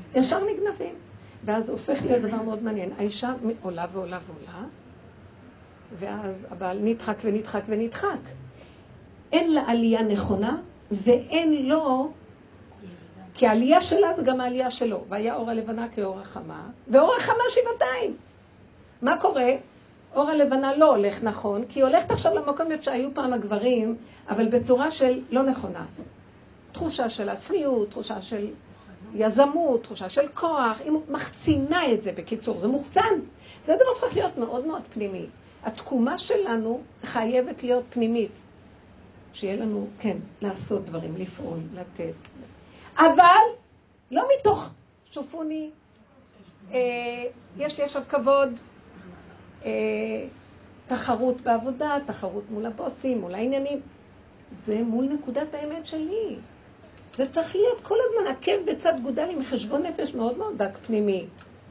ישר נגנבים. ואז הופך להיות דבר מאוד מעניין. האישה עולה ועולה ועולה, ואז הבעל נדחק ונדחק ונדחק. אין לה עלייה נכונה, ואין לו, כי העלייה שלה זה גם העלייה שלו. והיה אור הלבנה כאור החמה, ואור החמה שבעתיים. מה קורה? אור הלבנה לא הולך נכון, כי היא הולכת עכשיו למקום איפה שהיו פעם הגברים, אבל בצורה של לא נכונה. תחושה של עצמיות, תחושה של יזמות, תחושה של כוח, היא מחצינה את זה בקיצור, זה מוחצן. זה דבר צריך להיות מאוד מאוד פנימי. התקומה שלנו חייבת להיות פנימית. שיהיה לנו, כן, לעשות דברים, לפעול, לתת. אבל לא מתוך שופוני, יש לי עכשיו כבוד, תחרות בעבודה, תחרות מול הבוסים, מול העניינים. זה מול נקודת האמת שלי. זה צריך להיות כל הזמן עקב בצד גודל עם חשבון נפש מאוד מאוד דק פנימי.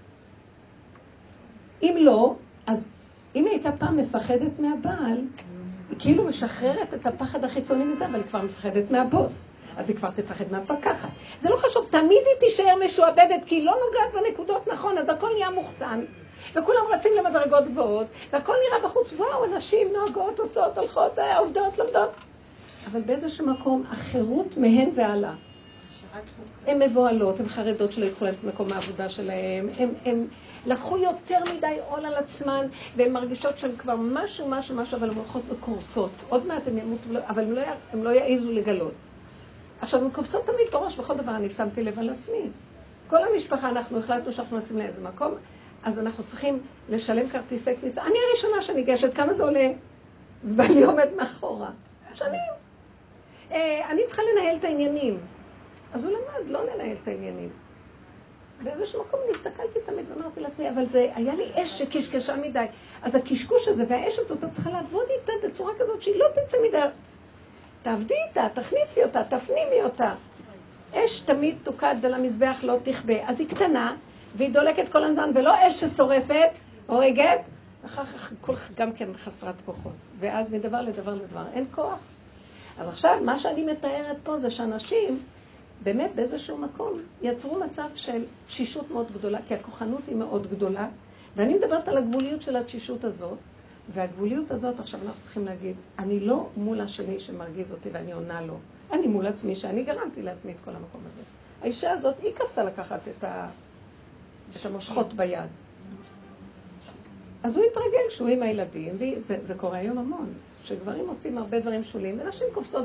אם לא, אז אם היא הייתה פעם מפחדת מהבעל, היא כאילו משחררת את הפחד החיצוני מזה, אבל היא כבר מפחדת מהבוס. אז היא כבר תפחד מהפקחת. זה לא חשוב, תמיד היא תישאר משועבדת, כי היא לא נוגעת בנקודות נכון, אז הכל נהיה מוחצן. וכולם רצים למדרגות גבוהות, והכל נראה בחוץ, וואו, אנשים נוהגות, עושות, הולכות, עובדות, לומדות. אבל באיזשהו מקום, החירות מהן ועלה. הן מבועלות, הן חרדות שלא יקחו להם את מקום העבודה שלהם, הן לקחו יותר מדי עול על עצמן, והן מרגישות שהן כבר משהו, אבל הן הולכות בקורסות. עוד מעט הן ימותו, אבל הן לא יעיזו לגלות. עכשיו, הן קופסות תמיד בראש, בכל דבר אני שמתי לב על עצמי. כל המשפחה, אנחנו החלטנו שאנחנו נשים לאיזה מקום, אז אנחנו צריכים לשלם כרטיסי כניסה. אני הראשונה שניגשת, כמה זה עולה? ובעלי עומד מאחורה. שנים. אני צריכה לנהל את העניינים. אז הוא למד, לא לנהל את העניינים. באיזשהו מקום הסתכלתי תמיד ואמרתי לעצמי, אבל זה היה לי אש שקשקשה מדי. אז הקשקוש הזה והאש הזאת, את צריכה לעבוד איתה בצורה כזאת שהיא לא תצא מדי. תעבדי איתה, תכניסי אותה, תפנימי אותה. אש תמיד תוקד על המזבח, לא תכבה. אז היא קטנה, והיא דולקת כל הזמן, ולא אש ששורפת, הורגת, אחר כך גם כן חסרת כוחות. ואז מדבר לדבר לדבר, אין כוח. אז עכשיו, מה שאני מתארת פה זה שאנשים, באמת באיזשהו מקום, יצרו מצב של תשישות מאוד גדולה, כי הכוחנות היא מאוד גדולה, ואני מדברת על הגבוליות של התשישות הזאת, והגבוליות הזאת, עכשיו אנחנו צריכים להגיד, אני לא מול השני שמרגיז אותי ואני עונה לו, אני מול עצמי שאני גרמתי לעצמי את כל המקום הזה. האישה הזאת, היא קפצה לקחת את המושכות ביד. אז הוא התרגל שהוא עם הילדים, וזה קורה היום המון, שגברים עושים הרבה דברים שולים, ונשים קופצות,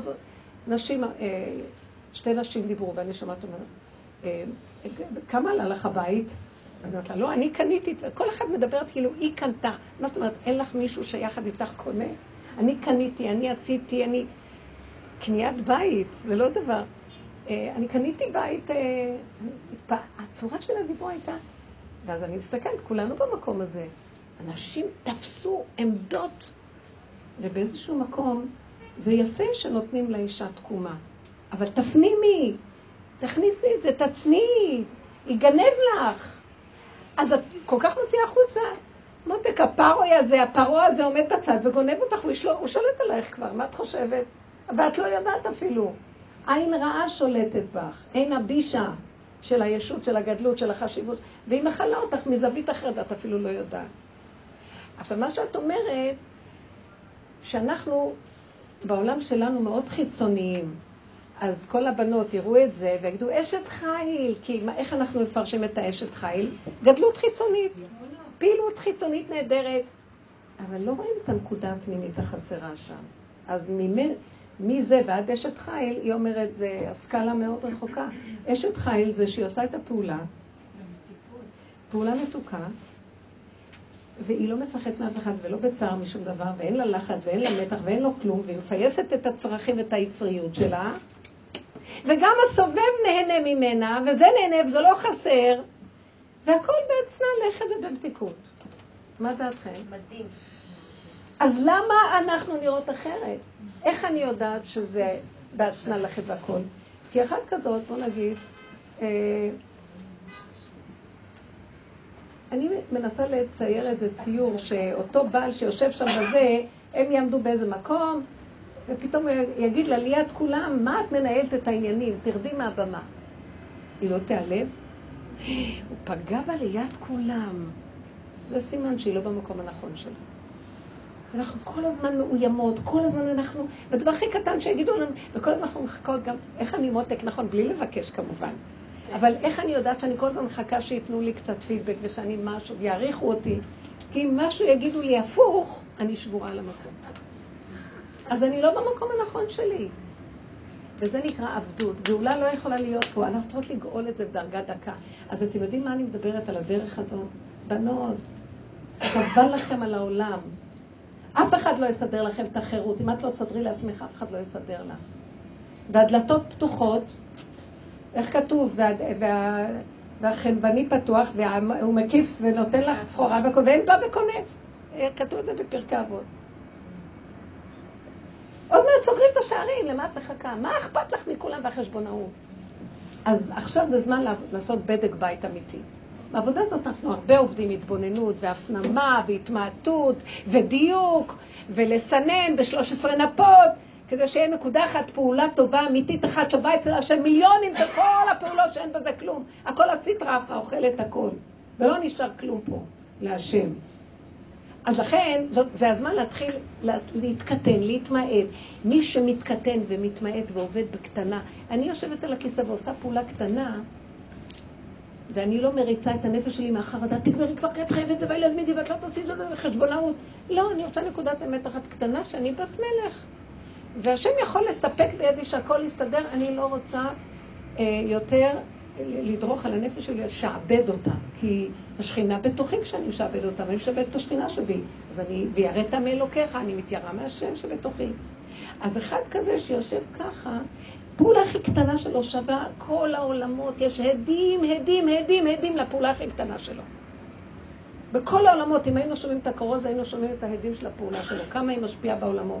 שתי נשים דיברו, ואני שומעת כמה עלה לך הבית? אז אמרת לה, לא, אני קניתי, כל אחד מדברת כאילו, היא קנתה. מה זאת אומרת, אין לך מישהו שיחד איתך קונה? אני קניתי, אני עשיתי, אני... קניית בית, זה לא דבר. אני קניתי בית, הצורה של הדיבור הייתה, ואז אני מסתכלת, כולנו במקום הזה. אנשים תפסו עמדות, ובאיזשהו מקום, זה יפה שנותנים לאישה תקומה. אבל תפנימי, תכניסי את זה, תצניעי, יגנב לך. אז את כל כך מוציאה החוצה. מותק, הפרעה הזה עומד בצד וגונב אותך, הוא שולט עלייך כבר, מה את חושבת? ואת לא יודעת אפילו. עין רעה שולטת בך, עין הבישה של הישות, של הגדלות, של החשיבות, והיא מחלה אותך מזווית אחרת, את אפילו לא יודעת. עכשיו, מה שאת אומרת, שאנחנו בעולם שלנו מאוד חיצוניים, אז כל הבנות יראו את זה ויגידו, אשת חיל, כי איך אנחנו מפרשים את האשת חיל? גדלות חיצונית, פעילות חיצונית נהדרת, אבל לא רואים את הנקודה הפנימית החסרה שם. אז מזה ועד אשת חיל, היא אומרת, זה הסקאלה מאוד רחוקה. אשת חיל זה שהיא עושה את הפעולה, פעולה מתוקה, והיא לא מפחדת מאף אחד ולא בצער משום דבר, ואין לה לחץ ואין לה מתח ואין לו כלום, והיא מפייסת את הצרכים ואת היצריות שלה, וגם הסובב נהנה ממנה, וזה נהנה וזה לא חסר, והכל בעצנה לכת ובמתיקות. מה דעתכם? מדהים. אז למה אנחנו נראות אחרת? איך אני יודעת שזה בעצנה לכת והכל? כי אחת כזאת, בוא נגיד, אני מנסה לצייר איזה ציור שאותו בעל שיושב שם בזה, הם יעמדו באיזה מקום, ופתאום יגיד לה ליד כולם, מה את מנהלת את העניינים? תרדי מהבמה. היא לא תיעלב, הוא פגע בה ליד כולם. זה סימן שהיא לא במקום הנכון שלה. אנחנו כל הזמן מאוימות, כל הזמן אנחנו, והדבר הכי קטן שיגידו לנו, וכל הזמן אנחנו מחכות גם, איך אני מותק, נכון, בלי לבקש כמובן, אבל איך אני יודעת שאני כל הזמן מחכה שיתנו לי קצת פידבק ושאני משהו, ויעריכו אותי, כי אם משהו יגידו לי הפוך, אני שבורה על המקום. אז אני לא במקום הנכון שלי. וזה נקרא עבדות. גאולה לא יכולה להיות פה, אנחנו צריכות לגאול את זה בדרגה דקה. אז אתם יודעים מה אני מדברת על הדרך הזאת? בנות, חבל לכם על העולם. אף אחד לא יסדר לכם את החירות. אם את לא תסדרי לעצמך, אף אחד לא יסדר לך. והדלתות פתוחות, איך כתוב? והחנווני פתוח, והוא מקיף ונותן לך סחורה, ואין בא וקונה. כתוב את זה בפרקי אבות. עוד מעט סוגרים את השערים, למה את מחכה? מה אכפת לך מכולם והחשבונאות? אז עכשיו זה זמן לעשות בדק בית אמיתי. בעבודה הזאת אנחנו הרבה עובדים התבוננות והפנמה והתמעטות ודיוק ולסנן ב13 נפות, כדי שיהיה נקודה אחת פעולה טובה, אמיתית אחת שווה אצל השם מיליונים של כל הפעולות שאין בזה כלום. הכל הסטרה אחת אוכלת הכל, ולא נשאר כלום פה להשם. אז לכן זה הזמן להתחיל להתקטן, להתמעט. מי שמתקטן ומתמעט ועובד בקטנה, אני יושבת על הכיסא ועושה פעולה קטנה, ואני לא מריצה את הנפש שלי מהחרדה, תגמרי כבר כעת חייבת זה וילד מידי ואת לא תעשי זה בחשבונאות. לא, אני רוצה נקודת אמת אחת קטנה שאני בת מלך. והשם יכול לספק בידי שהכל יסתדר, אני לא רוצה יותר לדרוך על הנפש שלי, לשעבד אותה, כי השכינה בתוכי כשאני משעבד אותה, ואני משעבד את השכינה שבי. אז אני, ויראת מאלוקיך, אני מתיירה מהשם שבתוכי. אז אחד כזה שיושב ככה, פעולה הכי קטנה שלו שווה כל העולמות, יש הדים לפעולה הכי קטנה שלו. בכל העולמות, אם היינו שומעים את הקורוז, היינו שומעים את ההדים של הפעולה שלו, כמה היא משפיעה בעולמות.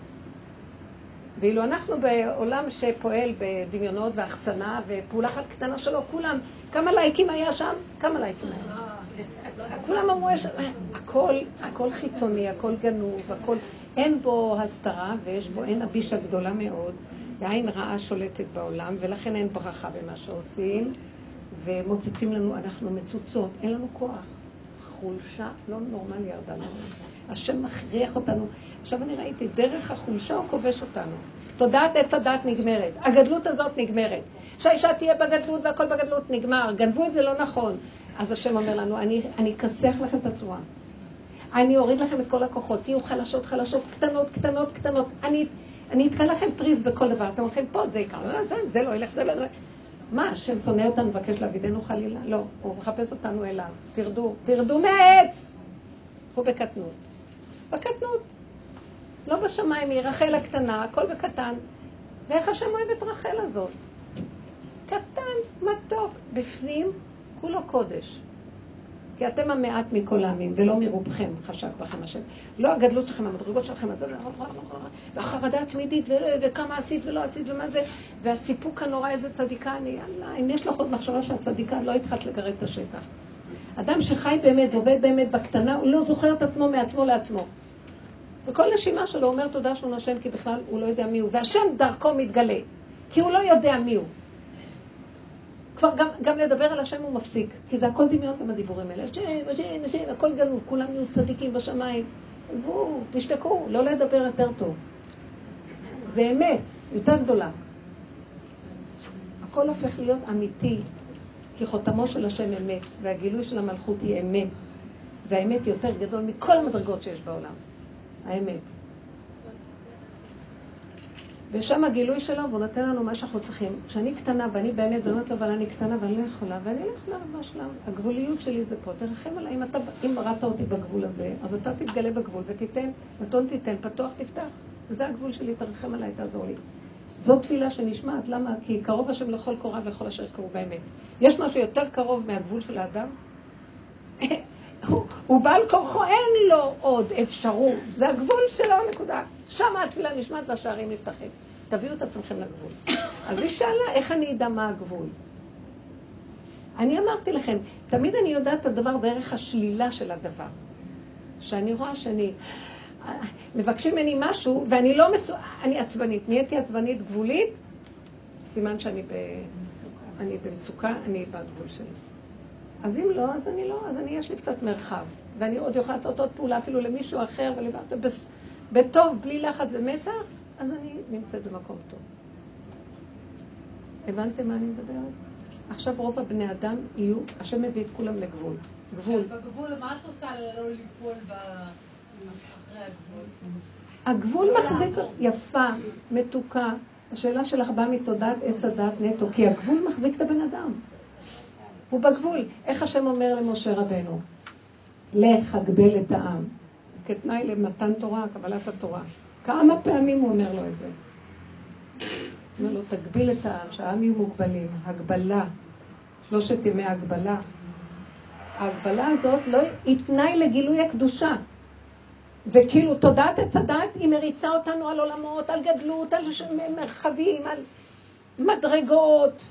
ואילו אנחנו בעולם שפועל בדמיונות והחצנה ופעולה אחת קטנה שלו, כולם, כמה לייקים היה שם? כמה לייקים היה? כולם אמרו, הכל חיצוני, הכל גנוב, הכל, אין בו הסתרה ויש בו, אין הבישה גדולה מאוד, והעין רעה שולטת בעולם, ולכן אין ברכה במה שעושים, ומוצצים לנו, אנחנו מצוצות, אין לנו כוח. חולשה לא נורמלי ירדה לנו. השם מכריח אותנו. עכשיו אני ראיתי, דרך החולשה הוא כובש אותנו. תודעת עץ הדת נגמרת. הגדלות הזאת נגמרת. שהאישה תהיה בגדלות והכל בגדלות נגמר. גנבו את זה לא נכון. אז השם אומר לנו, אני אכסח לכם את הצורה. אני אוריד לכם את כל הכוחות. תהיו חלשות, קטנות. אני אתקע לכם טריז בכל דבר. אתם הולכים פה, זה יקר. זה לא ילך, זה לא. מה, השם שונא אותנו, מבקש להבידנו חלילה? לא, הוא מחפש אותנו אליו. תרדו מהעץ. קחו בקטנות. בקטנות. לא בשמיים, היא רחל הקטנה, הכל בקטן. ואיך השם אוהב את רחל הזאת? קטן, מתוק, בפנים, כולו קודש. כי אתם המעט מכל העמים, ולא מרובכם חשק בכם השם. לא הגדלות שלכם, המדרגות שלכם, והחרדה התמידית, וכמה עשית ולא עשית ומה זה, והסיפוק הנורא, איזה צדיקה אני, יאללה, אם יש לך עוד מחשבה שהצדיקה לא התחלת לגרד את השטח. אדם שחי באמת, עובד באמת בקטנה, הוא לא זוכר את עצמו מעצמו לעצמו. וכל נשימה שלו אומר תודה שהוא נושם, כי בכלל הוא לא יודע מי הוא, והשם דרכו מתגלה, כי הוא לא יודע מי הוא. כבר גם לדבר על השם הוא מפסיק, כי זה הכל דמיון גם הדיבורים האלה. השם, הכל גנוב, כולם יהיו צדיקים בשמיים. עזבו, תשתקו, לא לדבר יותר טוב. זה אמת, יותר גדולה. הכל הופך להיות אמיתי, כי חותמו של השם אמת, והגילוי של המלכות היא אמת. והאמת יותר גדול מכל המדרגות שיש בעולם. האמת. ושם הגילוי שלו, והוא נותן לנו מה שאנחנו צריכים. כשאני קטנה, ואני באמת, ואני אומרת לו, אבל אני קטנה ואני לא יכולה, ואני לא יכולה לבוא שלם. הגבוליות שלי זה פה. תרחם עליי, אם ראית אותי בגבול הזה, אז אתה תתגלה בגבול ותיתן, נתון תיתן, פתוח תפתח. וזה הגבול שלי, תרחם עליי, תעזור לי. זו תפילה שנשמעת, למה? כי קרוב השם לכל קורב, לכל אשר קרוב האמת. יש משהו יותר קרוב מהגבול של האדם? הוא בעל כורחו, אין לו עוד אפשרות. זה הגבול שלו, נקודה. שם התפילה נשמעת והשערים נפתחים. תביאו את עצמכם לגבול. אז היא שאלה, איך אני אדע מה הגבול? אני אמרתי לכם, תמיד אני יודעת את הדבר דרך השלילה של הדבר. שאני רואה שאני... מבקשים ממני משהו, ואני לא אני עצבנית. נהייתי עצבנית גבולית, סימן שאני במצוקה, אני בגבול שלי. אז אם לא, אז אני לא, אז אני יש לי קצת מרחב. ואני עוד יכולה לעשות עוד פעולה אפילו למישהו אחר, בטוב, בלי לחץ ומתח, אז אני נמצאת במקום טוב. הבנתם מה אני מדברת? עכשיו רוב הבני אדם יהיו, השם מביא את כולם לגבול. גבול. בגבול, מה את עושה לא ליפול אחרי הגבול? הגבול מחזיק, יפה, מתוקה. השאלה שלך באה מתודעת עץ הדת נטו, כי הגבול מחזיק את הבן אדם. הוא בגבול. איך השם אומר למשה רבנו? לך, הגבל את העם. כתנאי למתן תורה, קבלת התורה. כמה פעמים הוא אומר לו את זה? הוא אומר לו, תגביל את העם, שהעם יהיו מוגבלים. הגבלה, 3 ימי הגבלה. ההגבלה הזאת היא תנאי לגילוי הקדושה. וכאילו תודעת עץ הדת היא מריצה אותנו על עולמות, על גדלות, על מרחבים, על מדרגות.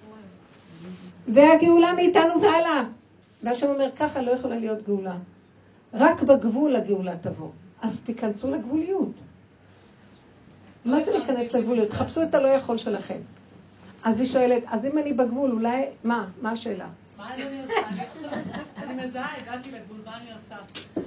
והגאולה מאיתנו והלאה. והשם אומר, ככה לא יכולה להיות גאולה. רק בגבול הגאולה תבוא. אז תיכנסו לגבוליות. מה זה להיכנס לגבוליות? תחפשו את הלא יכול שלכם. אז היא שואלת, אז אם אני בגבול, אולי, מה? מה השאלה? מה אני עושה? אני מזהה, הגעתי לגבול, מה אני עושה?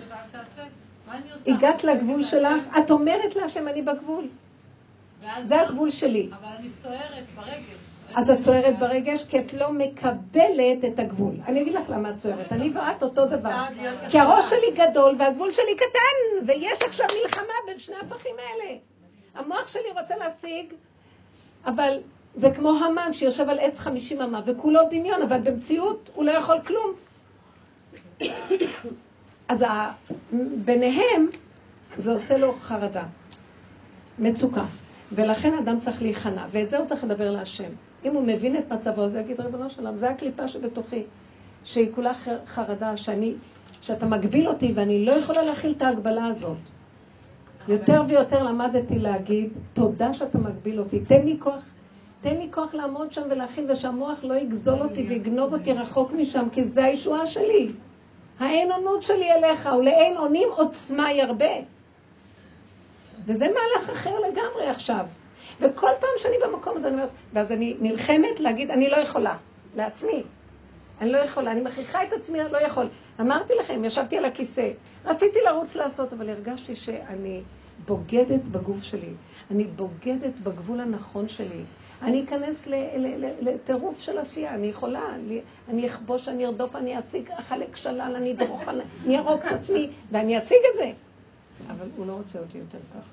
הגעת לגבול שלך, את אומרת לה שאני בגבול. זה הגבול שלי. אבל אני צוערת ברגש. אז את צוערת ברגש כי את לא מקבלת את הגבול. אני אגיד לך למה את צוערת. אני ואת אותו דבר. כי הראש שלי גדול והגבול שלי קטן, ויש עכשיו מלחמה בין שני הפכים האלה. המוח שלי רוצה להשיג, אבל זה כמו המן שיושב על עץ 50 אמה, וכולו דמיון, אבל במציאות הוא לא יכול כלום. אז ביניהם זה עושה לו חרדה, מצוקה. ולכן אדם צריך להיכנע, ואת זה הוא צריך לדבר להשם. אם הוא מבין את מצבו, זה יגיד ריבונו שלום, זה הקליפה שבתוכי, שהיא כולה חרדה, שאתה מגביל אותי ואני לא יכולה להכיל את ההגבלה הזאת. יותר ויותר למדתי להגיד, תודה שאתה מגביל אותי, תן לי כוח לעמוד שם ולהכיל, ושהמוח לא יגזול אותי ויגנוב אותי רחוק משם, כי זה הישועה שלי. האין עונות שלי אליך, ולאין עונים עוצמה ירבה. וזה מהלך אחר לגמרי עכשיו. וכל פעם שאני במקום הזה, אני אומרת, ואז אני נלחמת להגיד, אני לא יכולה, לעצמי. אני לא יכולה, אני מכריחה את עצמי, אני לא יכול. אמרתי לכם, ישבתי על הכיסא, רציתי לרוץ לעשות, אבל הרגשתי שאני בוגדת בגוף שלי. אני בוגדת בגבול הנכון שלי. אני אכנס לטירוף של עשייה, אני יכולה, אני אכבוש, אני ארדוף, אני אשיג, אחלק שלל, אני אדרוך, אני ארוג את עצמי, ואני אשיג את זה. אבל הוא לא רוצה אותי יותר ככה.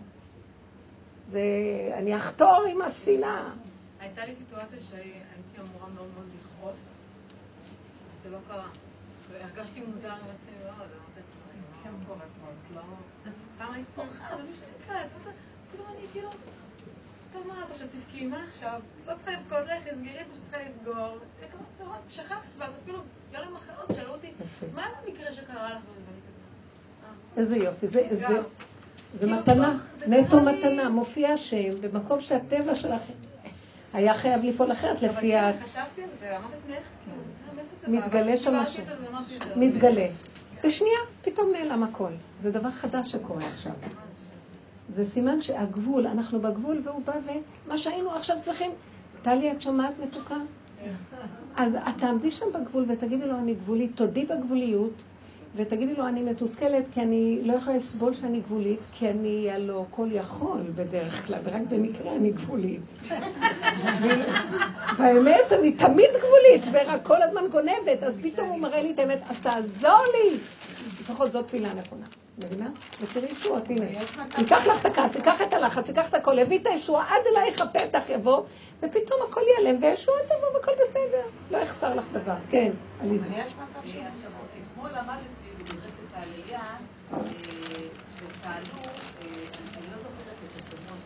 אני אחתור עם הספינה. הייתה לי סיטואציה שהייתי אמורה מאוד מאוד לכעוס, זה לא קרה. והרגשתי מוזר עם עצמי, לא יודע, כן קורה כמו, כמה הייתי פורחה, ומי שנקרא, פתאום אני כאילו, טוב מה, אתה שתבכי, מה עכשיו? לא צריכה לבכות לך, סגירית מה שצריכה לסגור. שכחת, ואז אפילו יום אחרות שאלו אותי, מה המקרה שקרה לך? איזה יופי, זה מתנה, נטו מתנה, מופיע שם, במקום שהטבע שלך היה חייב לפעול אחרת לפי אבל חשבתי על זה, אמרתי לעצמי איך, מתגלה שם משהו, מתגלה. בשנייה פתאום נעלם הכל, זה דבר חדש שקורה עכשיו. זה סימן שהגבול, אנחנו בגבול והוא בא ומה שהיינו עכשיו צריכים, טלי את שומעת מתוקה? אז את תעמדי שם בגבול ותגידי לו אני גבולית, תודי בגבוליות, ותגידי לו, אני מתוסכלת כי אני לא יכולה לסבול שאני גבולית, כי אני הלא כל יכול בדרך כלל, ורק במקרה אני גבולית. באמת, אני תמיד גבולית, ורק כל הזמן גונבת, אז פתאום הוא מראה לי את האמת, אז תעזור לי! לפחות זאת תפילה נכונה, מבינה? ותראי ישועות, הנה. ייקח לך את הכעס, ייקח את הלחץ, ייקח את הכל, יביא את הישועה, עד אלייך הפתח יבוא, ופתאום הכל ייעלם, וישועה תבוא, והכל בסדר. לא יחסר לך דבר. כן, עליזה. יש מצב שהיא אתמול למדתי במדרשת העלייה ששאלו, אני לא זוכרת את השמות,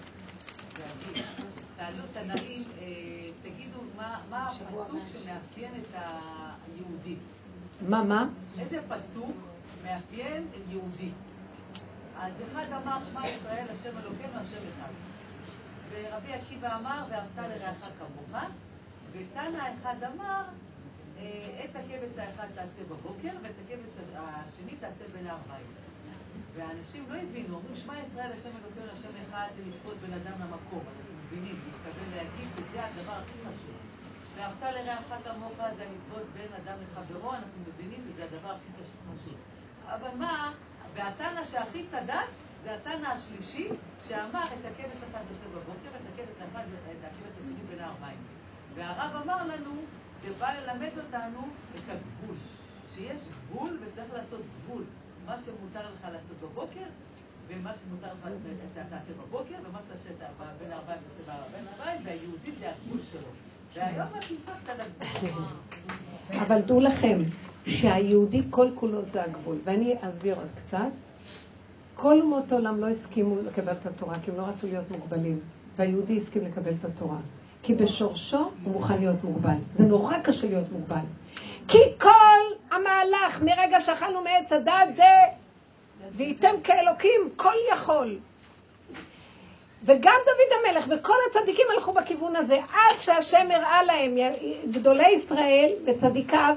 שאלו תנאים, תגידו מה הפסוק שמאפיין את היהודית. מה? איזה פסוק מאפיין יהודי? אז אחד אמר שמע ישראל השם אלוקינו השם אחד, ורבי עקיבא אמר ואהבת לרעך כמוך, ותנא אחד אמר את הכבש האחד תעשה בבוקר ואת הכבש השני תעשה בין הערביים. והאנשים לא הבינו, אומרים שמע ישראל השם אלוקינו השם אחד זה לצפות בן אדם למקום. אנחנו מבינים, מתכוון להגיד שזה הדבר הכי חשוב. ואהבת לרעך כמוך זה המצוות בין אדם לחברו, אנחנו מבינים שזה הדבר הכי חשוב. אבל מה, והתנא שהכי צדק, זה התנא השלישי, שאמר את הכבש אחד עושה בבוקר, את הכבש השני בין הארבעים. והרב אמר לנו, זה בא ללמד אותנו את הגבול. שיש גבול וצריך לעשות גבול. מה שמותר לך לעשות בבוקר, ומה שמותר לך תעשה בבוקר, ומה שתעשה בין הארבעים בין הארבעים, והיהודי זה הגבול שלו. והיום את נמסכת על הגבול. אבל דעו לכם שהיהודי כל כולו זה הגבול. ואני אסביר עוד קצת. כל אומות העולם לא הסכימו לקבל את התורה, כי הם לא רצו להיות מוגבלים. והיהודי הסכים לקבל את התורה. כי בשורשו הוא מוכן להיות מוגבל. זה נורא קשה להיות מוגבל. כי כל המהלך מרגע שאכלנו מעץ הדת זה וייתם כאלוקים כל יכול. וגם דוד המלך וכל הצדיקים הלכו בכיוון הזה עד שהשם הראה להם, גדולי ישראל וצדיקיו,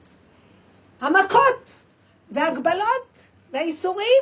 המכות והגבלות והאיסורים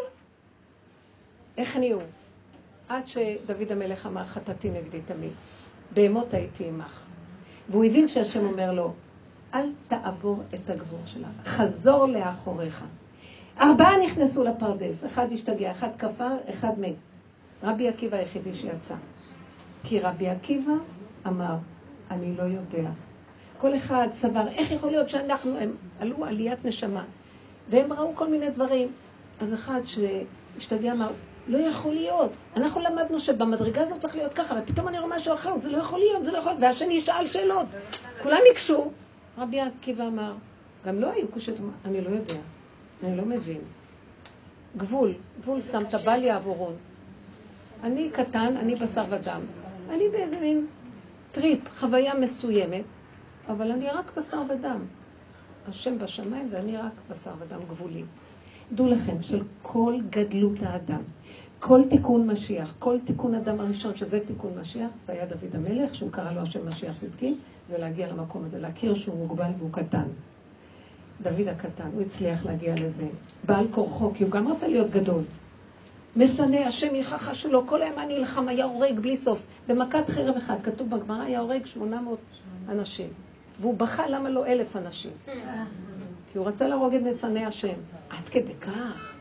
איך נהיו. עד שדוד המלך אמר חטאתי נגדי תמיד, בהמות הייתי עמך. והוא הבין שהשם אומר לו אל תעבור את הגבול שלה, חזור לאחוריך. 4 נכנסו לפרדס, 1 השתגע, 1 קפא, 1 מת. רבי עקיבא היחידי שיצא. כי רבי עקיבא אמר, אני לא יודע. כל אחד סבר, איך יכול להיות שאנחנו, הם עלו עליית נשמה, והם ראו כל מיני דברים. אז אחד שהשתגע אמר, לא יכול להיות. אנחנו למדנו שבמדרגה הזאת צריך להיות ככה, ופתאום אני רואה משהו אחר, זה לא יכול להיות, זה לא יכול להיות. והשני שאל שאלות. כולם יקשו. רבי עקיבא אמר, גם לא היו קושיות, אני לא יודע, אני לא מבין. גבול שמת בל יעבורון. אני קטן, אני בשר ודם. אני באיזה מין טריפ, חוויה מסוימת, אבל אני רק בשר ודם. השם בשמיים ואני רק בשר ודם גבולי. דעו לכם, של כל גדלות האדם, כל תיקון משיח, כל תיקון אדם הראשון, שזה תיקון משיח, זה היה דוד המלך, שהוא קרא לו השם משיח צדקי, זה להגיע למקום הזה, להכיר שהוא מוגבל והוא קטן. דוד הקטן, הוא הצליח להגיע לזה. בעל כורחו, כי הוא גם רצה להיות גדול. משנא השם יכחה שלו, כל היום אני נלחם, היה הורג בלי סוף. במכת חרב אחד, כתוב בגמרא, היה הורג 800 אנשים. והוא בכה למה לא 1,000 אנשים. כי הוא רצה להרוג את משנא השם. עד כדי כך.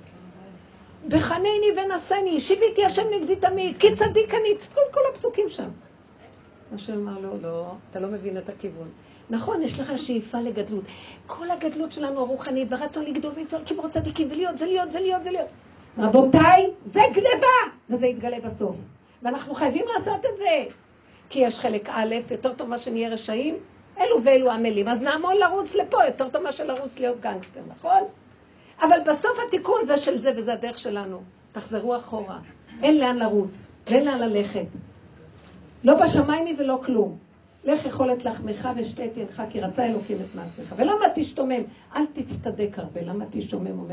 בחנני ונשני, שיביתי השם נגדי תמיד, כי צדיק אני, כל הפסוקים שם. השם אמר לו, לא, אתה לא מבין את הכיוון. נכון, יש לך שאיפה לגדלות. כל הגדלות שלנו הרוחנית, ורצון לגדול ויצור כיבור צדיקים, ולהיות. רבותיי, זה גנבה! וזה יתגלה בסוף. ואנחנו חייבים לעשות את זה. כי יש חלק א', יותר טוב מה שנהיה רשעים, אלו ואלו עמלים. אז נעמוד לרוץ לפה, יותר טוב מה שלרוץ להיות גנגסטר, נכון? אבל בסוף התיקון זה של זה, וזה הדרך שלנו. תחזרו אחורה. אין לאן לרוץ, ואין לאן ללכת. לא בשמיים ולא כלום. לך יכולת לחמך ושתה את ידך, כי רצה אלוקים את מעשיך. ולמה תשתומם? אל תצטדק הרבה. למה תשתומם, אומר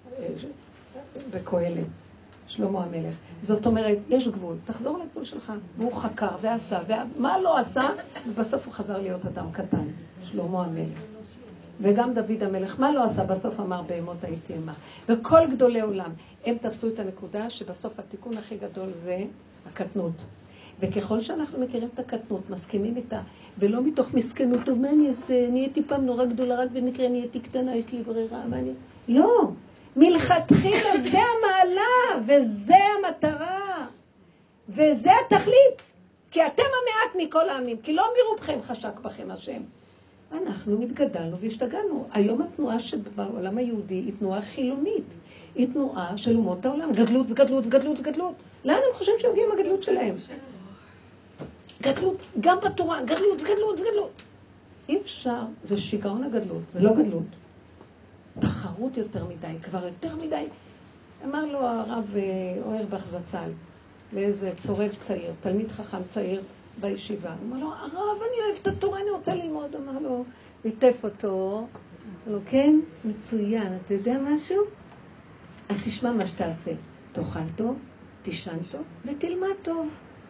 בקהלת, שלמה המלך. זאת אומרת, יש גבול. תחזור לגבול שלך. והוא חקר ועשה, ומה לא עשה? ובסוף הוא חזר להיות אדם קטן. שלמה המלך. וגם דוד המלך, מה לא עשה? בסוף אמר בהמות הייתי עמך. וכל גדולי עולם, הם תפסו את הנקודה שבסוף התיקון הכי גדול זה הקטנות. וככל שאנחנו מכירים את הקטנות, מסכימים איתה, ולא מתוך מסכנות, טוב, מה אני אעשה? נהייתי פעם נורא גדולה, רק במקרה נהייתי קטנה, יש לי ברירה, מה אני... לא, מלכתחילה זה המעלה, וזה המטרה, וזה התכלית, כי אתם המעט מכל העמים, כי לא מרובכם חשק בכם השם. אנחנו התגדלנו והשתגענו. היום התנועה שבעולם היהודי היא תנועה חילונית, היא תנועה של אומות העולם, גדלות וגדלות וגדלות וגדלות. לאן הם חושבים שמגיעים הגדלות שלהם? גדלות, גם בתורה, גדלות וגדלות וגדלות. אי אפשר, זה שיגעון הגדלות, זה לא גדלות. תחרות יותר מדי, כבר יותר מדי. אמר לו הרב אוירבך זצ"ל, לאיזה צורב צעיר, תלמיד חכם צעיר בישיבה. הוא אמר לו, הרב, אני אוהב את התורה, אני רוצה ללמוד. אמר לו, ליטף אותו. אמר לו, כן, מצוין, אתה יודע משהו? אז תשמע מה שתעשה. תאכל טוב, תישן טוב ותלמד טוב.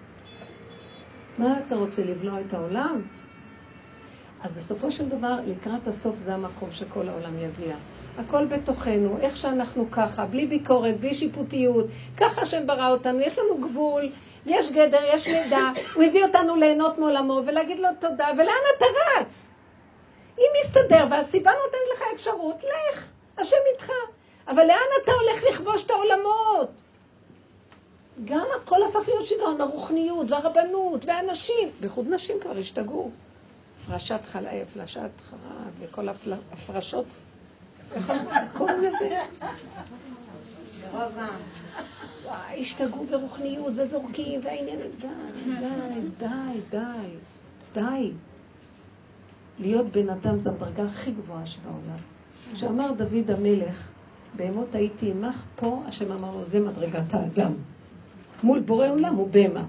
מה אתה רוצה, לבלוע את העולם? אז בסופו של דבר, לקראת הסוף זה המקום שכל העולם יגיע. הכל בתוכנו, איך שאנחנו ככה, בלי ביקורת, בלי שיפוטיות, ככה שהם ברא אותנו, יש לנו גבול, יש גדר, יש מידע, הוא הביא אותנו ליהנות מעולמו ולהגיד לו תודה, ולאן אתה רץ? אם מסתדר והסיבה נותנת לך אפשרות, לך, השם איתך. אבל לאן אתה הולך לכבוש את העולמות? גם הכל הפך להיות שיגעון, הרוחניות והרבנות והאנשים, בייחוד נשים כבר השתגעו. הפרשת חלאי, הפרשת חרב וכל הפרשות. איך קוראים לזה? השתגעו ברוחניות וזורקים והעניינים. די. להיות בן אדם זו הדרגה הכי גבוהה שבעולם. כשאמר דוד המלך, בהמות הייתי עמך, פה השם אמר לו, זה מדרגת האדם. מול בורא עולם הוא בהמה.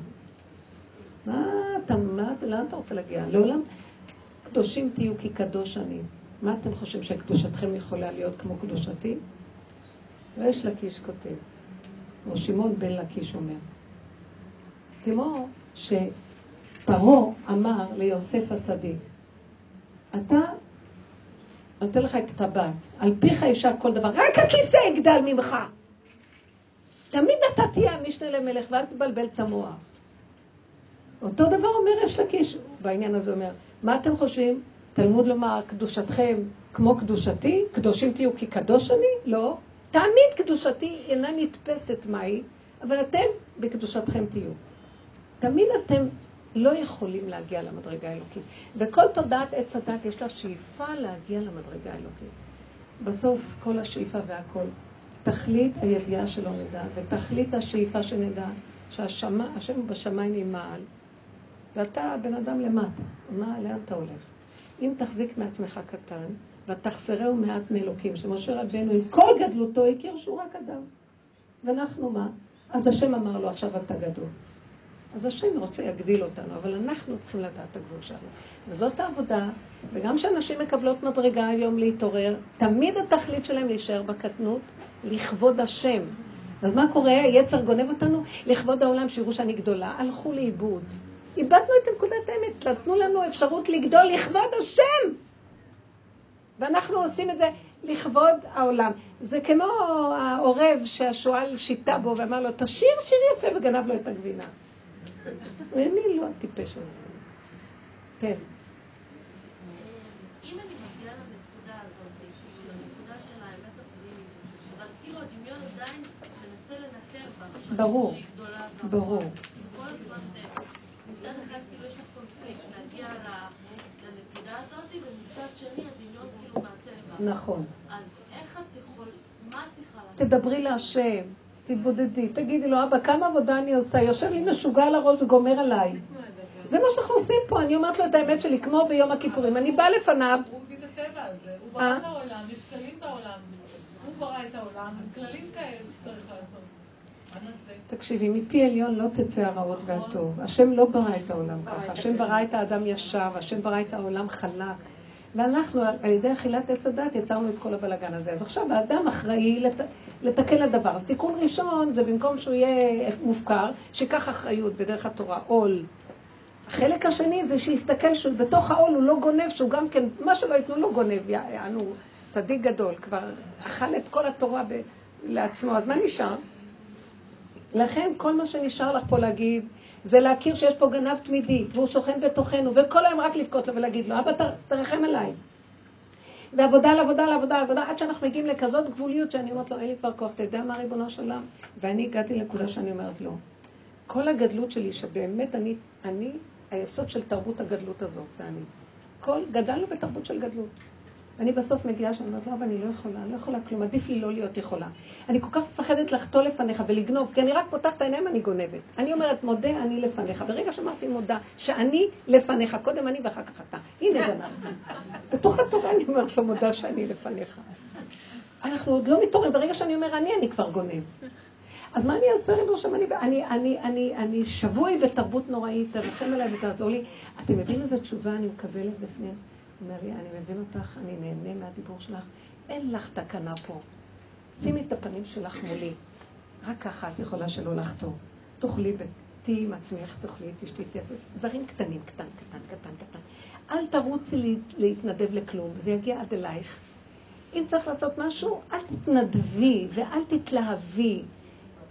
לאן אתה רוצה להגיע? לעולם קדושים תהיו כי קדוש אני. מה אתם חושבים שקדושתכם יכולה להיות כמו קדושתי? ויש לקיש כותב, או שמעון בן לקיש אומר, כמו שפרעה אמר ליוסף הצדיק, אתה נותן לך את הטבעת, על פיך ישק כל דבר, רק הכיסא יגדל ממך. תמיד אתה תהיה המשנה למלך ואל תבלבל את המוח. אותו דבר אומר יש לקיש, בעניין הזה אומר, מה אתם חושבים? תלמוד לומר קדושתכם כמו קדושתי? קדושים תהיו כי קדוש אני? לא. תמיד קדושתי אינה נתפסת מהי, אבל אתם בקדושתכם תהיו. תמיד אתם לא יכולים להגיע למדרגה האלוקית. וכל תודעת עץ הדת יש לה שאיפה להגיע למדרגה האלוקית. בסוף כל השאיפה והכל. תכלית הידיעה שלא נדע, ותכלית השאיפה שנדע, שהשם בשמיים ממעל, ואתה בן אדם למטה. לאן אתה הולך? אם תחזיק מעצמך קטן, ותחסרהו מעט מאלוקים, שמשה רבנו עם כל גדלותו הכיר שהוא רק אדם. ואנחנו מה? אז השם אמר לו עכשיו אתה גדול. אז השם רוצה יגדיל אותנו, אבל אנחנו צריכים לדעת את הגבול שלנו. וזאת העבודה, וגם שאנשים מקבלות מדרגה היום להתעורר, תמיד התכלית שלהם להישאר בקטנות, לכבוד השם. אז מה קורה? היצר גונב אותנו לכבוד העולם, שיראו שאני גדולה. הלכו לאיבוד. איבדנו את נקודת האמת, נתנו לנו אפשרות לגדול לכבוד השם. ואנחנו עושים את זה לכבוד העולם. זה כמו העורב שהשואל שיטה בו ואמר לו, תשיר שיר יפה וגנב לו את הגבינה. ומי לא הטיפש הזה? כן. אם אני מגיעה לנקודה הזאת, לנקודה של האמת הפנימית, אבל כאילו הדמיון עדיין מנסה לנקר בה, ברור, שהיא גדולה. ברור. כל הזמן, מצד אחד כאילו יש לך קונפליקט להגיע לנקודה הזאת, ומצד שני הדמיון כאילו מעצב בה. נכון. אז איך את יכול, מה את צריכה לעשות? תדברי להשם, תתבודדי, תגידי לו, אבא, כמה עבודה אני עושה? יושב לי משוגע על הראש וגומר עליי. זה מה שאנחנו עושים פה, אני אומרת לו את האמת שלי, כמו ביום הכיפורים. אני באה לפניו. הוא הביא את הטבע הזה, הוא ברא את העולם, יש כללים בעולם. הוא ברא את העולם, כללים כאלה שצריך לעשות. תקשיבי, מפי עליון לא תצא הרעות והטוב. השם לא ברא את העולם ככה. השם ברא את האדם ישר, השם ברא את העולם חלק. ואנחנו, על ידי אכילת עץ הדת, יצרנו את כל הבלגן הזה. אז עכשיו האדם אחראי לתקן לדבר. אז תיקון ראשון זה במקום שהוא יהיה מופקר, שיקח אחריות בדרך התורה, עול. החלק השני זה שיסתכל שבתוך העול הוא לא גונב, שהוא גם כן, מה שלא יתנו לא גונב, יענו צדיק גדול, כבר אכל את כל התורה לעצמו, אז מה נשאר? לכן כל מה שנשאר לך פה להגיד, זה להכיר שיש פה גנב תמידי, והוא שוכן בתוכנו, וכל היום רק לבכות לו ולהגיד לו, אבא תרחם עליי. ועבודה על עבודה על עבודה על עבודה, עד שאנחנו מגיעים לכזאת גבוליות שאני אומרת לו, אין לי כבר כוח, אתה יודע מה ריבונו של עולם? ואני הגעתי לנקודה שאני אומרת לו, כל הגדלות שלי שבאמת אני היסוד של תרבות הגדלות הזאת, ואני. גדלנו בתרבות של גדלות. ואני בסוף מגיעה שאני אומרת, לא, אבל אני לא יכולה כלום, עדיף לי לא להיות יכולה. אני כל כך מפחדת לחטוא לפניך ולגנוב, כי אני רק פותחת העיניים, אני גונבת. אני אומרת, מודה, אני לפניך. ברגע שאמרתי מודה, שאני לפניך, קודם אני ואחר כך אתה. הנה גנבתי. בתוך התורה אני אומרת לו מודה שאני לפניך. אנחנו עוד לא מתעוררים, ברגע שאני אומר אני כבר גונב. אז מה אני אעשה לנו שם? אני שבוי בתרבות נוראית, תרחם אליי ותעזור לי. אתם יודעים איזו תשובה אני מקבלת בפנים? אומר לי, אני מבין אותך, אני נהנה מהדיבור שלך, אין לך תקנה פה. שימי את הפנים שלך מולי. רק ככה את יכולה שלא לחתור. תאכלי ביתי עם עצמך, תאכלי, תשתי תפת. דברים קטנים, קטן. אל תרוצי להתנדב לכלום, זה יגיע עד אלייך. אם צריך לעשות משהו, אל תתנדבי ואל תתלהבי.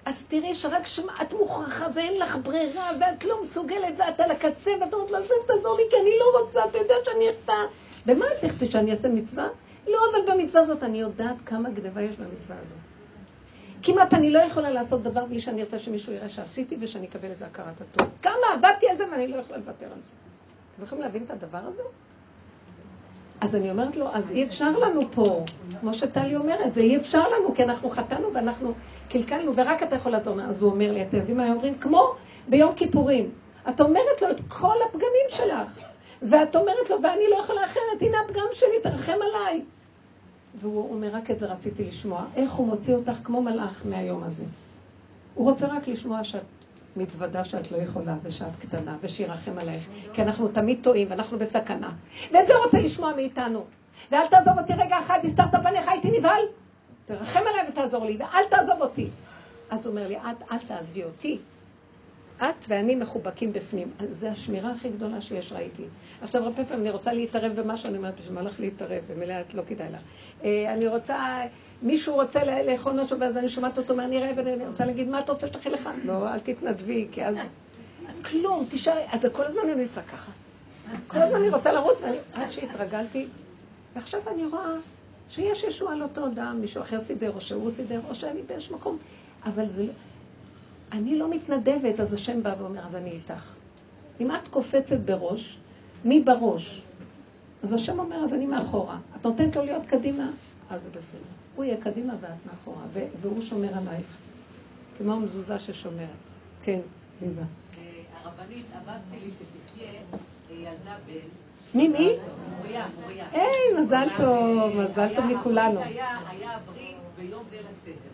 אז תראי שרק את מוכרחה ואין לך ברירה, ואת לא מסוגלת, ואת על הקצה, ואת אומרת לו, תעזור לי, כי אני לא רוצה, אתה יודע שאני אחטא. במה את תחטא שאני אעשה מצווה? לא, אבל במצווה הזאת אני יודעת כמה גדבה יש במצווה הזאת. כמעט אני לא יכולה לעשות דבר בלי שאני ארצה שמישהו יראה שעשיתי ושאני אקבל איזה הכרת הטוב. כמה עבדתי על זה ואני לא יכולה לוותר על זה. אתם יכולים להבין את הדבר הזה? אז אני אומרת לו, אז אי אפשר לנו פה, כמו שטלי אומרת, זה אי אפשר לנו, כי אנחנו חטאנו ואנחנו קלקלנו, ורק אתה יכול לעזור. אז הוא אומר לי, אתם יודעים מה אומרים? כמו ביום כיפורים. את אומרת לו את כל הפגמים שלך, ואת אומרת לו, ואני לא יכולה אחרת, הנה הפגם שלי, תרחם עליי. והוא אומר, רק את זה רציתי לשמוע. איך הוא מוציא אותך כמו מלאך מהיום הזה? הוא רוצה רק לשמוע שאת מתוודה שאת לא יכולה ושאת קטנה ושירחם עלייך, כי אנחנו תמיד טועים ואנחנו בסכנה. ואת זה הוא רוצה לשמוע מאיתנו. ואל תעזוב אותי רגע אחד, הסתרת פניך, הייתי נבהל. תרחם עליי ותעזור לי, ואל תעזוב אותי. אז הוא אומר לי, אל תעזבי אותי. את ואני מחובקים בפנים. זה השמירה הכי גדולה שיש, ראיתי. עכשיו הרבה פעמים אני רוצה להתערב במשהו, אני אומרת, בשביל מה לך להתערב? במילא את לא כדאי לך. אני רוצה, מישהו רוצה לאכול משהו, ואז אני שומעת אותו מהנראה, ואני רוצה להגיד, מה אתה רוצה שתכין לך? לא, אל תתנדבי, כי אז כלום, תשארי. אז כל הזמן אני עושה ככה. כל הזמן אני רוצה לרוץ, עד שהתרגלתי. ועכשיו אני רואה שיש ישוע על אותו אדם, מישהו אחר סידר, או שהוא סידר, או שאני באיש מקום. אבל זה... אני לא מתנדבת, אז השם בא ואומר, אז אני איתך. אם את קופצת בראש, מי בראש? אז השם אומר, אז אני מאחורה. את נותנת לו להיות קדימה, אז זה בסדר. הוא יהיה קדימה ואת מאחורה, והוא שומר עלייך. כמו המזוזה ששומרת. כן, ליזה. הרבנית, הבת שלי שתחיה, ילדה בן. מי? מוריה. היי, מזל טוב, מזל טוב מכולנו. היה ברית ביום ליל הסדר.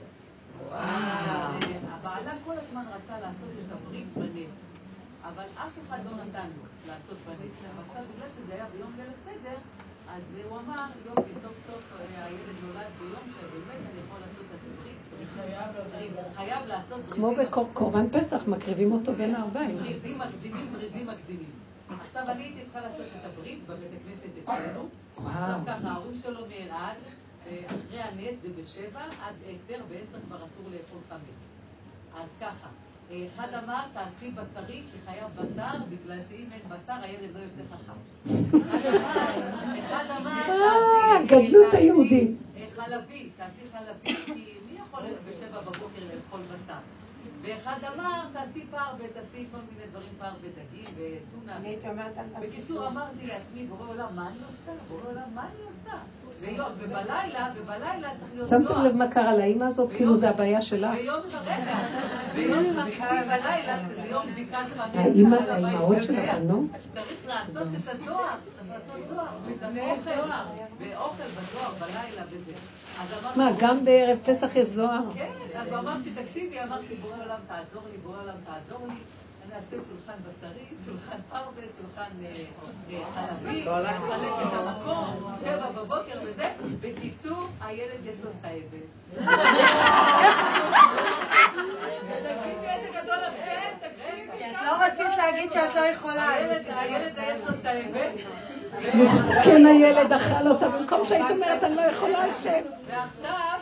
הבעלה כל הזמן רצה לעשות את הברית בנט, אבל אף אחד לא נתן לו לעשות בנט. אבל עכשיו בגלל שזה היה ביום ליל הסדר, אז הוא אמר, יופי, סוף סוף הילד נולד ביום שבאמת אני יכול לעשות את הברית. חייב לעשות זריזים. כמו בקורבן פסח, מקריבים אותו בין הארבעים. זריזים מקדימים. עכשיו אני הייתי צריכה לעשות את הברית בבית הכנסת אצלנו. עכשיו ככה, ההורים שלו מאלעד, אחרי הנט זה ב7 עד 10, ב10 כבר אסור לאכול חמץ. אז ככה, אחד אמר, תעשי בשרי כי חייב בשר, בגלל שאם אין בשר הילד לא יוצא חכם. אחד אמר, גדלות היהודים. חלבי, תעשי חלבי, כי מי יכול ב7 בבוקר לאכול בשר? ואחד אמר, תעשי פר ותעשי כל מיני דברים, פר ודגים וטונה. בקיצור אמרתי לעצמי, בורא עולם, מה אני עושה? ובלילה צריך להיות זוהר. שמתם לב מה קרה לאמא הזאת? כאילו זה הבעיה שלך? ביום חמישי בלילה, שזה יום בדיקת חמץ. האמהות של הבנות? צריך לעשות את הזוהר. ואוכל בזוהר בלילה וזה. מה, גם בערב פסח יש זוהר? כן, אז אמרתי, תקשיבי, אמרתי, בורא עולם תעזור לי. אני אעשה שולחן בשרי, שולחן פרווה, שולחן חלבי, חלק את המקום, 7 בבוקר וזה. בקיצור, הילד יש לו צהבת. תקשיבי איזה גדול השם, תקשיבי. את לא רצית להגיד שאת לא יכולה. הילד יש לו צהבת. מסכן הילד אכל אותה, במקום שהיית אומרת, אני לא יכולה השם. ועכשיו,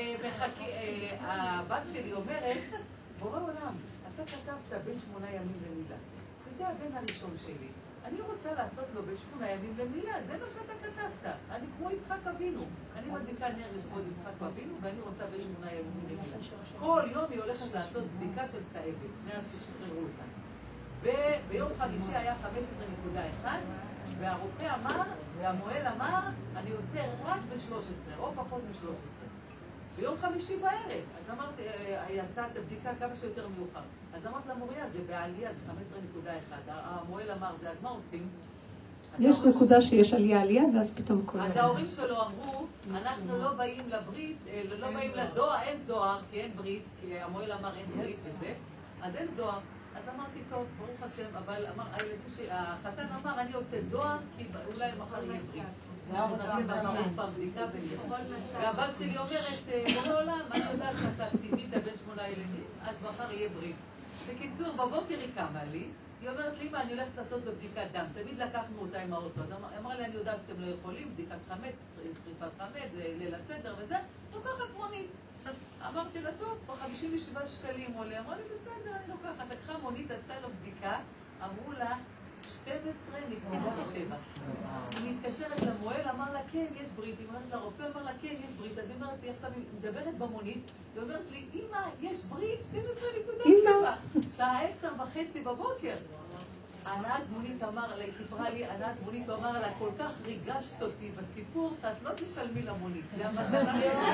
הבת שלי אומרת, בורא עולם, אתה כתבת בין 8 ימים למילה. וזה הבן הראשון שלי. אני רוצה לעשות לו בין 8 ימים למילה, זה מה שאתה כתבת. אני כמו יצחק אבינו. אני מדליקה נר לכבוד יצחק אבינו, ואני רוצה בין 8 ימים למילה. כל יום היא הולכת לעשות בדיקה של צהבת, מאז ששחררו אותה. וביום חמישי היה 15.1, והרופא אמר, והמועל אמר, אני עושה רק ב-13, או פחות מ-13. ביום חמישי בערב, אז אמרתי, היא עשתה את הבדיקה כמה שיותר מאוחר. אז אמרת למוריה, זה בעלייה, זה 15.1. המועל אמר זה, אז מה עושים? יש נקודה שיש עלייה, ואז פתאום כל... אז ההורים שלו אמרו, אנחנו לא באים לברית, לא באים לזוהר, אין זוהר, כי אין ברית, כי המועל אמר אין ברית וזה, אז אין זוהר. אז אמרתי, טוב, ברוך השם, אבל החתן אמר, אני עושה זוהר, כי אולי מחר יהיה ברית. אנחנו נעשה מחר עוד פעם בדיקה ונראה. והבת שלי אומרת, בורא עולם, אני יודעת שאתה ציווית בין 8 ילדים, אז מחר יהיה ברית. בקיצור, בבוקר היא קמה לי, היא אומרת לי, אמא, אני הולכת לעשות לו בדיקת דם. תמיד לקחנו אותה עם האוטו. אז אמרה לי, אני יודעת שאתם לא יכולים, בדיקת חמץ, שריפת חמץ, ליל הסדר וזה, לא ככה מונית. אמרתי לה, טוב, פה 57 שקלים עולה. אמרה לי, בסדר, אני לוקחת. לקחה מונית, עשתה לו בדיקה, אמרו לה, 12.7. היא מתקשרת למועל, אמר לה, כן, יש ברית. היא אומרת לרופא, אמר לה, כן, יש ברית. אז היא אומרת לי, עכשיו היא מדברת במונית, היא אומרת לי, אמא, יש ברית, 12.7. שעה 10:30 בבוקר. הנהג מונית אמר לה, היא סיפרה לי, הנהג מונית אמר לה, כל כך ריגשת אותי בסיפור שאת לא תשלמי למונית. זה המתנה.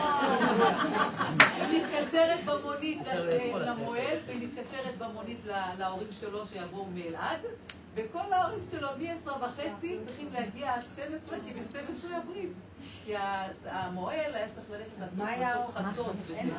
היא מתקשרת במונית למועל, והיא מתקשרת במונית להורים שלו שיבואו מאלעד, וכל ההורים שלו מ-10:30 צריכים להגיע 12, כי ב-12 הברית. כי המועל היה צריך ללכת לעשות חצות.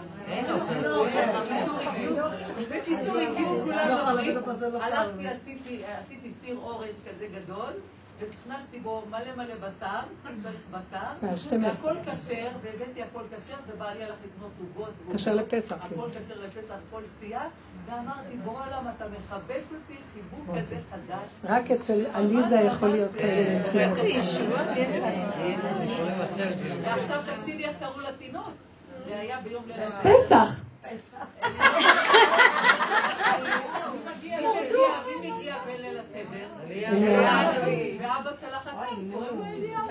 בקיצור, הגיעו כולם לברית, הלכתי, עשיתי סיר אורז כזה גדול, והכנסתי בו מלא בשר, צריך בשר, והכל כשר, והבאתי הכל כשר, ובעלי הלך לקנות עוגות. כשר לפסח. הכל כשר לפסח, הכל סייע, ואמרתי, בורא עולם, אתה מחבק אותי, חיבוק כזה חדש. רק אצל עליזה יכול להיות סיום. ועכשיו תקשיבי איך קראו לתינוק. זה היה ביום ליל הסדר. פסח. מי מגיע בליל הסדר? ואבא של החתן, קוראים לו אליהו.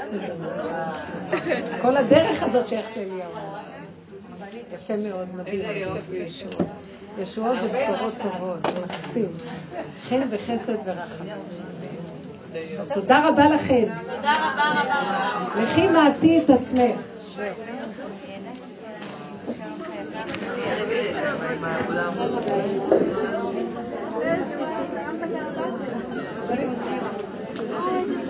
כל הדרך הזאת שייכת אליהו. יפה מאוד, מדהים. ישועות ובשורות טובות, מקסים. חן וחסד ורחמים. תודה רבה לכם. תודה רבה רבה. לכי מעטי את עצמך. Thank you.